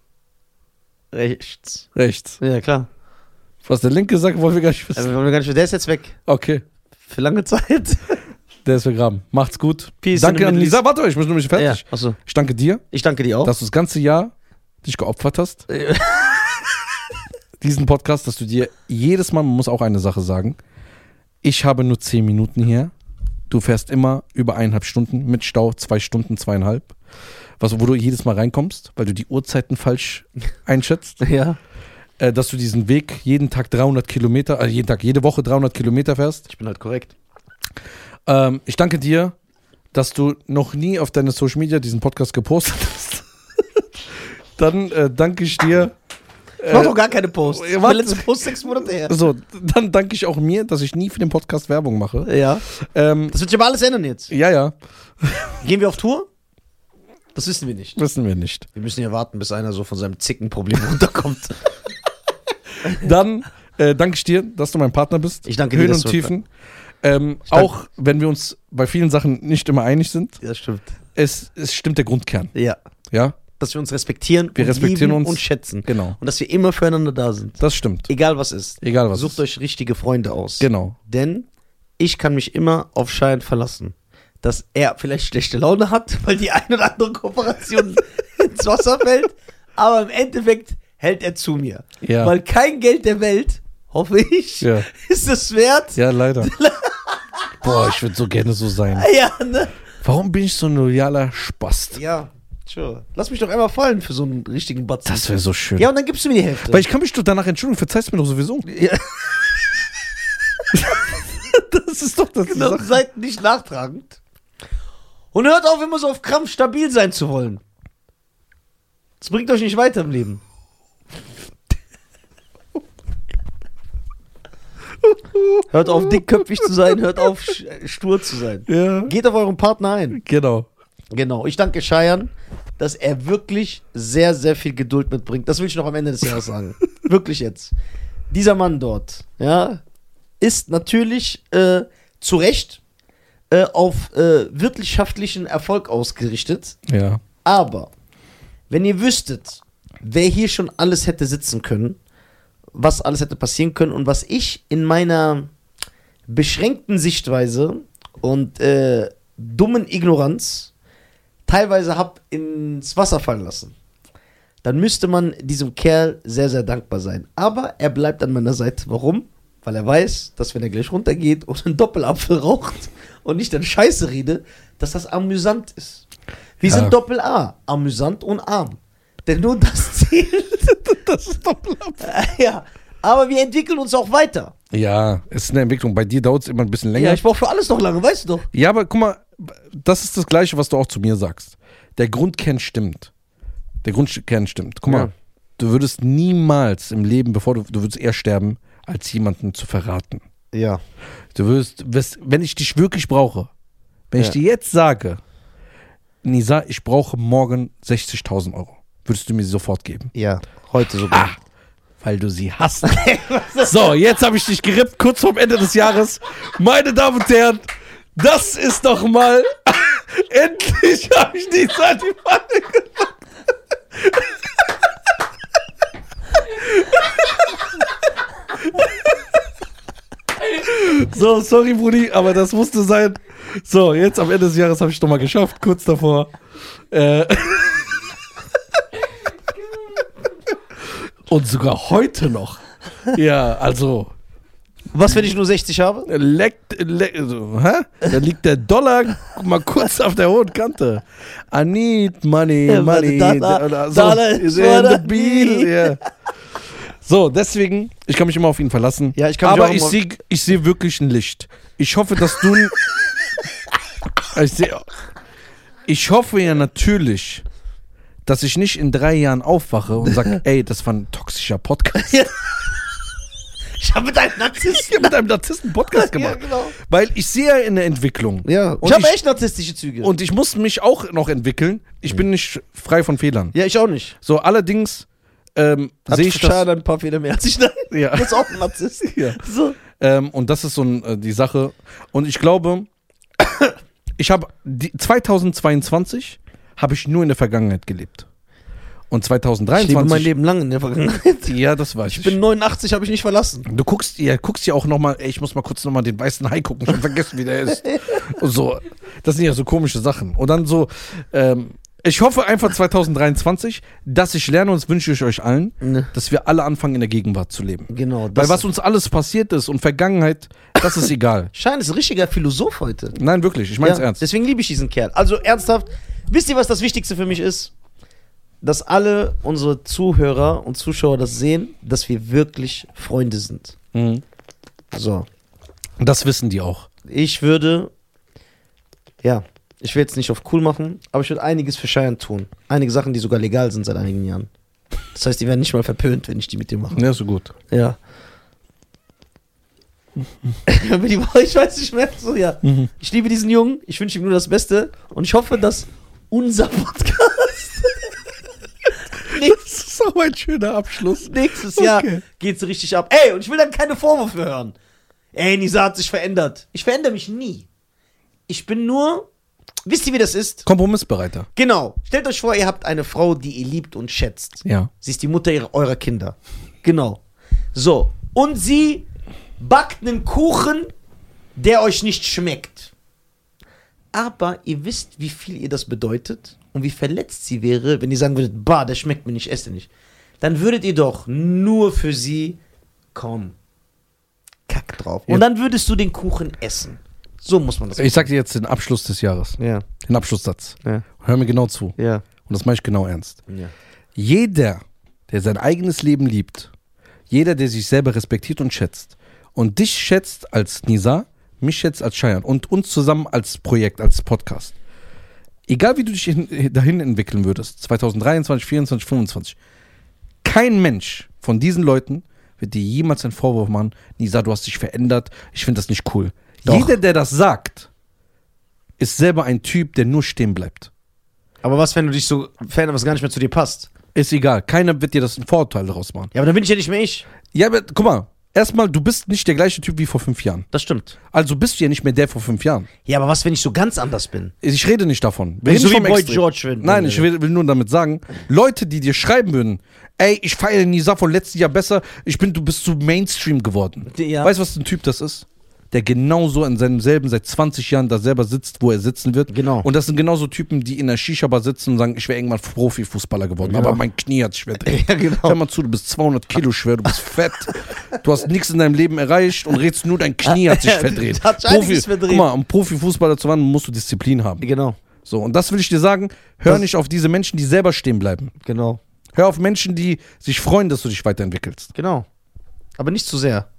Speaker 2: rechts.
Speaker 1: Rechts.
Speaker 2: Ja, klar.
Speaker 1: Was der Link gesagt, wollen wir gar nicht
Speaker 2: Also,
Speaker 1: wissen.
Speaker 2: wir wollen gar nicht, der ist jetzt weg.
Speaker 1: Okay,
Speaker 2: Für lange Zeit.
Speaker 1: der ist begraben. Macht's gut.
Speaker 2: Peace
Speaker 1: Danke
Speaker 2: in the
Speaker 1: an
Speaker 2: Middle
Speaker 1: Lisa. Warte, ich muss nur mich fertig.
Speaker 2: Ja, achso.
Speaker 1: Ich danke dir,
Speaker 2: Ich danke dir auch.
Speaker 1: dass du das ganze Jahr dich geopfert hast. Diesen Podcast, dass du dir jedes Mal, man muss auch eine Sache sagen, ich habe nur zehn Minuten hier. Du fährst immer über eineinhalb Stunden mit Stau, zwei Stunden, zweieinhalb. Was, wo du jedes Mal reinkommst, weil du die Uhrzeiten falsch einschätzt.
Speaker 2: Ja.
Speaker 1: Äh, dass du diesen Weg jeden Tag dreihundert Kilometer, also jeden Tag, jede Woche dreihundert Kilometer fährst.
Speaker 2: Ich bin halt korrekt.
Speaker 1: Ähm, ich danke dir, dass du noch nie auf deine Social Media diesen Podcast gepostet hast. Dann äh, danke ich dir.
Speaker 2: Ich mach doch gar keine Post.
Speaker 1: äh,
Speaker 2: Mein
Speaker 1: warte.
Speaker 2: letzter Post sechs Monate her.
Speaker 1: So, dann danke ich auch mir, dass ich nie für den Podcast Werbung mache.
Speaker 2: Ja.
Speaker 1: Ähm,
Speaker 2: Das wird sich aber alles ändern jetzt.
Speaker 1: ja, ja,
Speaker 2: Gehen wir auf Tour? Das wissen wir nicht.
Speaker 1: wissen wir nicht.
Speaker 2: Wir müssen ja warten, bis einer so von seinem Zickenproblem runterkommt.
Speaker 1: Dann äh, danke ich dir, dass du mein Partner bist.
Speaker 2: Ich danke dir,
Speaker 1: Höhen
Speaker 2: dass
Speaker 1: und
Speaker 2: du-
Speaker 1: Tiefen. Ähm, auch wenn wir uns bei vielen Sachen nicht immer einig sind,
Speaker 2: Ja, stimmt.
Speaker 1: es, es stimmt der Grundkern.
Speaker 2: Ja.
Speaker 1: Ja,
Speaker 2: Dass wir uns respektieren
Speaker 1: Wir
Speaker 2: und
Speaker 1: respektieren
Speaker 2: lieben
Speaker 1: uns.
Speaker 2: und schätzen.
Speaker 1: genau.
Speaker 2: Und dass wir immer füreinander da sind.
Speaker 1: Das stimmt.
Speaker 2: Egal was ist.
Speaker 1: Egal was.
Speaker 2: Sucht
Speaker 1: ist.
Speaker 2: euch richtige Freunde aus.
Speaker 1: Genau.
Speaker 2: Denn ich kann mich immer auf Schein verlassen. Dass er vielleicht schlechte Laune hat, weil die ein oder andere Kooperation ins Wasser fällt. Aber im Endeffekt hält er zu mir.
Speaker 1: Ja.
Speaker 2: Weil kein Geld der Welt, hoffe ich,
Speaker 1: Ja.
Speaker 2: ist es wert.
Speaker 1: Ja, leider. Boah, ich würde so gerne so sein.
Speaker 2: Ja, ne?
Speaker 1: Warum bin ich so ein loyaler Spast?
Speaker 2: Ja, sure. Lass mich doch einmal fallen für so einen richtigen Batzen.
Speaker 1: Das wäre so schön.
Speaker 2: Ja, und dann gibst du mir die Hälfte.
Speaker 1: Weil ich kann mich doch danach entschuldigen, verzeihst mir doch sowieso.
Speaker 2: Ja.
Speaker 1: Das ist doch das.
Speaker 2: Genau,
Speaker 1: Sache.
Speaker 2: seid nicht nachtragend. Und hört auf, immer so auf Krampf stabil sein zu wollen. Das bringt euch nicht weiter im Leben. Hört auf, dickköpfig zu sein, hört auf, sch- stur zu sein.
Speaker 1: Ja.
Speaker 2: Geht auf euren Partner ein.
Speaker 1: Genau.
Speaker 2: Genau. Ich danke Cheyenne, dass er wirklich sehr, sehr viel Geduld mitbringt. Das will ich noch am Ende des Jahres sagen. Wirklich jetzt. Dieser Mann dort, ja, ist natürlich äh, zu Recht äh, auf äh, wirtschaftlichen Erfolg ausgerichtet.
Speaker 1: Ja.
Speaker 2: Aber wenn ihr wüsstet, wer hier schon alles hätte sitzen können, was alles hätte passieren können und was ich in meiner beschränkten Sichtweise und äh, dummen Ignoranz teilweise hab ins Wasser fallen lassen, dann müsste man diesem Kerl sehr, sehr dankbar sein. Aber er bleibt an meiner Seite. Warum? Weil er weiß, dass wenn er gleich runtergeht und einen Doppelapfel raucht und nicht an Scheiße rede, dass das amüsant ist. Wir
Speaker 1: Ja.
Speaker 2: sind Doppel-A, amüsant und arm. Denn nur das zählt.
Speaker 1: Das ist Doppelapfel.
Speaker 2: Ja, aber wir entwickeln uns auch weiter.
Speaker 1: Ja, es ist eine Entwicklung. Bei dir dauert es immer ein bisschen länger.
Speaker 2: Ja, ich brauche für alles noch lange, weißt du doch.
Speaker 1: Ja, aber guck mal, das ist das Gleiche, was du auch zu mir sagst. Der Grundkern stimmt. Der Grundkern stimmt. Guck mal,
Speaker 2: Ja.
Speaker 1: du würdest niemals im Leben, bevor du, du würdest eher sterben, als jemanden zu verraten.
Speaker 2: Ja.
Speaker 1: Du würdest, wirst, wenn ich dich wirklich brauche, wenn ich
Speaker 2: Ja.
Speaker 1: dir jetzt sage, Nisa, ich brauche morgen sechzigtausend Euro, würdest du mir sie sofort geben?
Speaker 2: Ja, heute sogar.
Speaker 1: Ah, weil du sie hast. So, jetzt habe ich dich gerippt, kurz vorm Ende des Jahres. Meine Damen und Herren, das ist doch mal... Endlich habe ich Nisa die Pfanne gemacht. So, sorry, Brudi, aber das musste sein. So, jetzt am Ende des Jahres habe ich es doch mal geschafft, kurz davor. Äh... Und sogar heute noch. Ja, also.
Speaker 2: Was, wenn ich nur sechzig habe?
Speaker 1: Leckt, leck, so, hä? Da liegt der Dollar mal kurz auf der hohen Kante. I need money,
Speaker 2: Ja,
Speaker 1: money.
Speaker 2: Dollar-
Speaker 1: da- so,
Speaker 2: Dollar
Speaker 1: is
Speaker 2: is
Speaker 1: in
Speaker 2: what
Speaker 1: the
Speaker 2: I
Speaker 1: bill,
Speaker 2: need.
Speaker 1: yeah. So, deswegen, ich kann mich immer auf ihn verlassen.
Speaker 2: Ja, ich kann mich
Speaker 1: Aber
Speaker 2: auch
Speaker 1: ich
Speaker 2: immer-
Speaker 1: sehe ich seh wirklich ein Licht. Ich hoffe, dass du. n- ich, seh, ich hoffe ja natürlich, dass ich nicht in drei Jahren aufwache und sage, ey, das war ein toxischer Podcast.
Speaker 2: Ja. Ich habe mit einem Narzissten.
Speaker 1: Ich habe mit einem Narzissten Podcast gemacht.
Speaker 2: Ja, genau.
Speaker 1: Weil ich sehe ja eine Entwicklung.
Speaker 2: Ja,
Speaker 1: Und
Speaker 2: ich habe
Speaker 1: ich-
Speaker 2: echt narzisstische Züge.
Speaker 1: Und ich muss mich auch noch entwickeln. Ich bin nicht frei von Fehlern.
Speaker 2: ja, ich auch nicht.
Speaker 1: So, allerdings ähm,
Speaker 2: Hat
Speaker 1: sehe ich das.
Speaker 2: Schade ein paar Fehler mehr als ich. Nein,
Speaker 1: Ja.
Speaker 2: das ist auch ein Narzisst.
Speaker 1: Ja.
Speaker 2: So.
Speaker 1: Ähm, und das ist so ein, äh, die Sache. Und ich glaube, ich habe zweitausendzweiundzwanzig habe ich nur in der Vergangenheit gelebt. Und
Speaker 2: Ich lebe
Speaker 1: zweitausenddreiundzwanzig.
Speaker 2: mein Leben lang in der Vergangenheit.
Speaker 1: Ja, das weiß ich.
Speaker 2: Ich bin neunundachtzig, habe ich nicht verlassen.
Speaker 1: Du guckst, ja, guckst ja auch nochmal, ey, ich muss mal kurz nochmal den weißen Hai gucken, ich hab vergessen, wie der ist. Und so, das sind ja so komische Sachen. Und dann so, ähm, ich hoffe einfach zweitausenddreiundzwanzig, dass ich lerne, und das wünsche ich euch allen,
Speaker 2: Ne.
Speaker 1: dass wir alle anfangen, in der Gegenwart zu leben.
Speaker 2: Genau.
Speaker 1: Weil was uns alles passiert ist und Vergangenheit, das ist egal.
Speaker 2: Schein ist ein richtiger Philosoph heute.
Speaker 1: Nein, wirklich, ich mein's
Speaker 2: Ja,
Speaker 1: ernst.
Speaker 2: Deswegen liebe ich diesen Kerl. Also ernsthaft, wisst ihr, was das Wichtigste für mich ist? Dass alle unsere Zuhörer und Zuschauer das sehen, dass wir wirklich Freunde sind.
Speaker 1: Mhm.
Speaker 2: So.
Speaker 1: Das wissen die auch.
Speaker 2: Ich würde, ja, ich will jetzt nicht auf cool machen, aber ich würde einiges für Cheyenne tun. Einige Sachen, die sogar legal sind seit einigen Jahren. Das heißt, die werden nicht mal verpönt, wenn ich die mit dir mache.
Speaker 1: Ja, so gut.
Speaker 2: Ja. Aber die Woche, ich weiß nicht mehr. So, ja.
Speaker 1: Mhm.
Speaker 2: Ich liebe diesen Jungen, ich wünsche ihm nur das Beste und ich hoffe, dass unser Podcast nächstes,
Speaker 1: Das ist auch ein schöner Abschluss.
Speaker 2: nächstes Jahr
Speaker 1: Okay.
Speaker 2: geht's richtig ab. Ey, und ich will dann keine Vorwürfe hören. Ey, Nisa hat sich verändert. Ich verändere mich nie. Ich bin nur, wisst ihr, wie das ist?
Speaker 1: Kompromissbereiter.
Speaker 2: Genau. Stellt euch vor, ihr habt eine Frau, die ihr liebt und schätzt.
Speaker 1: Ja.
Speaker 2: Sie ist die Mutter ihrer, eurer Kinder. Genau. So. Und sie backt einen Kuchen, der euch nicht schmeckt. Aber ihr wisst, wie viel ihr das bedeutet und wie verletzt sie wäre, wenn ihr sagen würdet, bah, der schmeckt mir nicht, ich esse nicht. Dann würdet ihr doch nur für sie, komm, kack drauf. Und
Speaker 1: Ja.
Speaker 2: dann würdest du den Kuchen essen. So muss man das
Speaker 1: Ich sag dir jetzt den Abschluss des Jahres.
Speaker 2: Ja,
Speaker 1: Den Abschlusssatz.
Speaker 2: ja,
Speaker 1: Hör mir genau zu.
Speaker 2: ja.
Speaker 1: Und das mache ich genau ernst.
Speaker 2: ja.
Speaker 1: Jeder, der sein eigenes Leben liebt, jeder, der sich selber respektiert und schätzt und dich schätzt als Nisa, mich schätzt als Cheyenne und uns zusammen als Projekt, als Podcast. Egal wie du dich in, dahin entwickeln würdest, zwanzig dreiundzwanzig, vierundzwanzig, fünfundzwanzig, kein Mensch von diesen Leuten wird dir jemals einen Vorwurf machen, Nisa, du hast dich verändert, ich finde das nicht cool.
Speaker 2: Doch.
Speaker 1: Jeder, der das sagt, ist selber ein Typ, der nur stehen bleibt.
Speaker 2: Aber was, wenn du dich so veränderst, was gar nicht mehr zu dir passt?
Speaker 1: Ist egal, keiner wird dir das einen Vorteil daraus machen.
Speaker 2: Ja, aber dann bin ich ja nicht mehr ich.
Speaker 1: Ja, aber guck mal, erstmal, du bist nicht der gleiche Typ wie vor fünf Jahren.
Speaker 2: Das stimmt.
Speaker 1: Also bist du ja nicht mehr der vor fünf Jahren.
Speaker 2: Ja, aber was, wenn ich so ganz anders bin?
Speaker 1: Ich rede nicht davon. Wir
Speaker 2: Wenn ich
Speaker 1: reden
Speaker 2: so wie
Speaker 1: vom
Speaker 2: Boy
Speaker 1: Extrem.
Speaker 2: George bin.
Speaker 1: Nein, ich will, will nur damit sagen, Leute, die dir schreiben würden, ey, ich feiere Nisa von letztes Jahr besser, ich bin, du bist zu Mainstream geworden.
Speaker 2: Ja.
Speaker 1: Weißt du, was für ein Typ das ist? Der genauso in seinem selben, seit zwanzig Jahren da selber sitzt, wo er sitzen wird.
Speaker 2: Genau.
Speaker 1: Und das sind genauso Typen, die in der Shisha-Bar sitzen und sagen, ich wäre irgendwann Profifußballer geworden,
Speaker 2: Genau.
Speaker 1: aber mein Knie hat sich verdreht.
Speaker 2: Ja, genau.
Speaker 1: Hör mal zu, du bist zweihundert Kilo schwer, du bist fett, du hast nichts in deinem Leben erreicht und redest nur, dein Knie hat sich verdreht.
Speaker 2: Hat sich einiges verdreht.
Speaker 1: Guck mal, um Profifußballer zu werden, musst du Disziplin haben.
Speaker 2: Genau,
Speaker 1: So, und das will ich dir sagen, hör
Speaker 2: Das-
Speaker 1: nicht auf diese Menschen, die selber stehen bleiben.
Speaker 2: genau,
Speaker 1: Hör auf Menschen, die sich freuen, dass du dich weiterentwickelst.
Speaker 2: genau. Aber nicht zu sehr.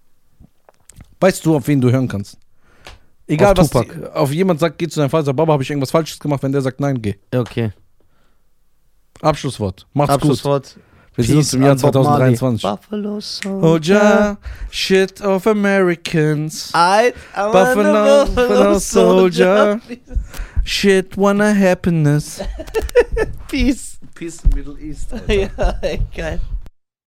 Speaker 1: Weißt du, auf wen du hören kannst? Egal,
Speaker 2: Auf
Speaker 1: was
Speaker 2: Tupac.
Speaker 1: die, auf jemand sagt, geh zu deinem Vater, sag, Baba, habe ich irgendwas Falsches gemacht? Wenn der sagt, nein, geh.
Speaker 2: Ja, okay.
Speaker 1: Abschlusswort. Macht's gut.
Speaker 2: Abschlusswort.
Speaker 1: Wir sehen uns im Jahr
Speaker 2: an Bob Marley.
Speaker 1: zwanzig dreiundzwanzig.
Speaker 2: Buffalo Soldier.
Speaker 1: Oh ja, shit of Americans.
Speaker 2: I, I
Speaker 1: Buffalo, Buffalo Soldier. Shit, wanna happiness.
Speaker 2: Peace.
Speaker 1: Peace in Middle East.
Speaker 2: Ja, geil.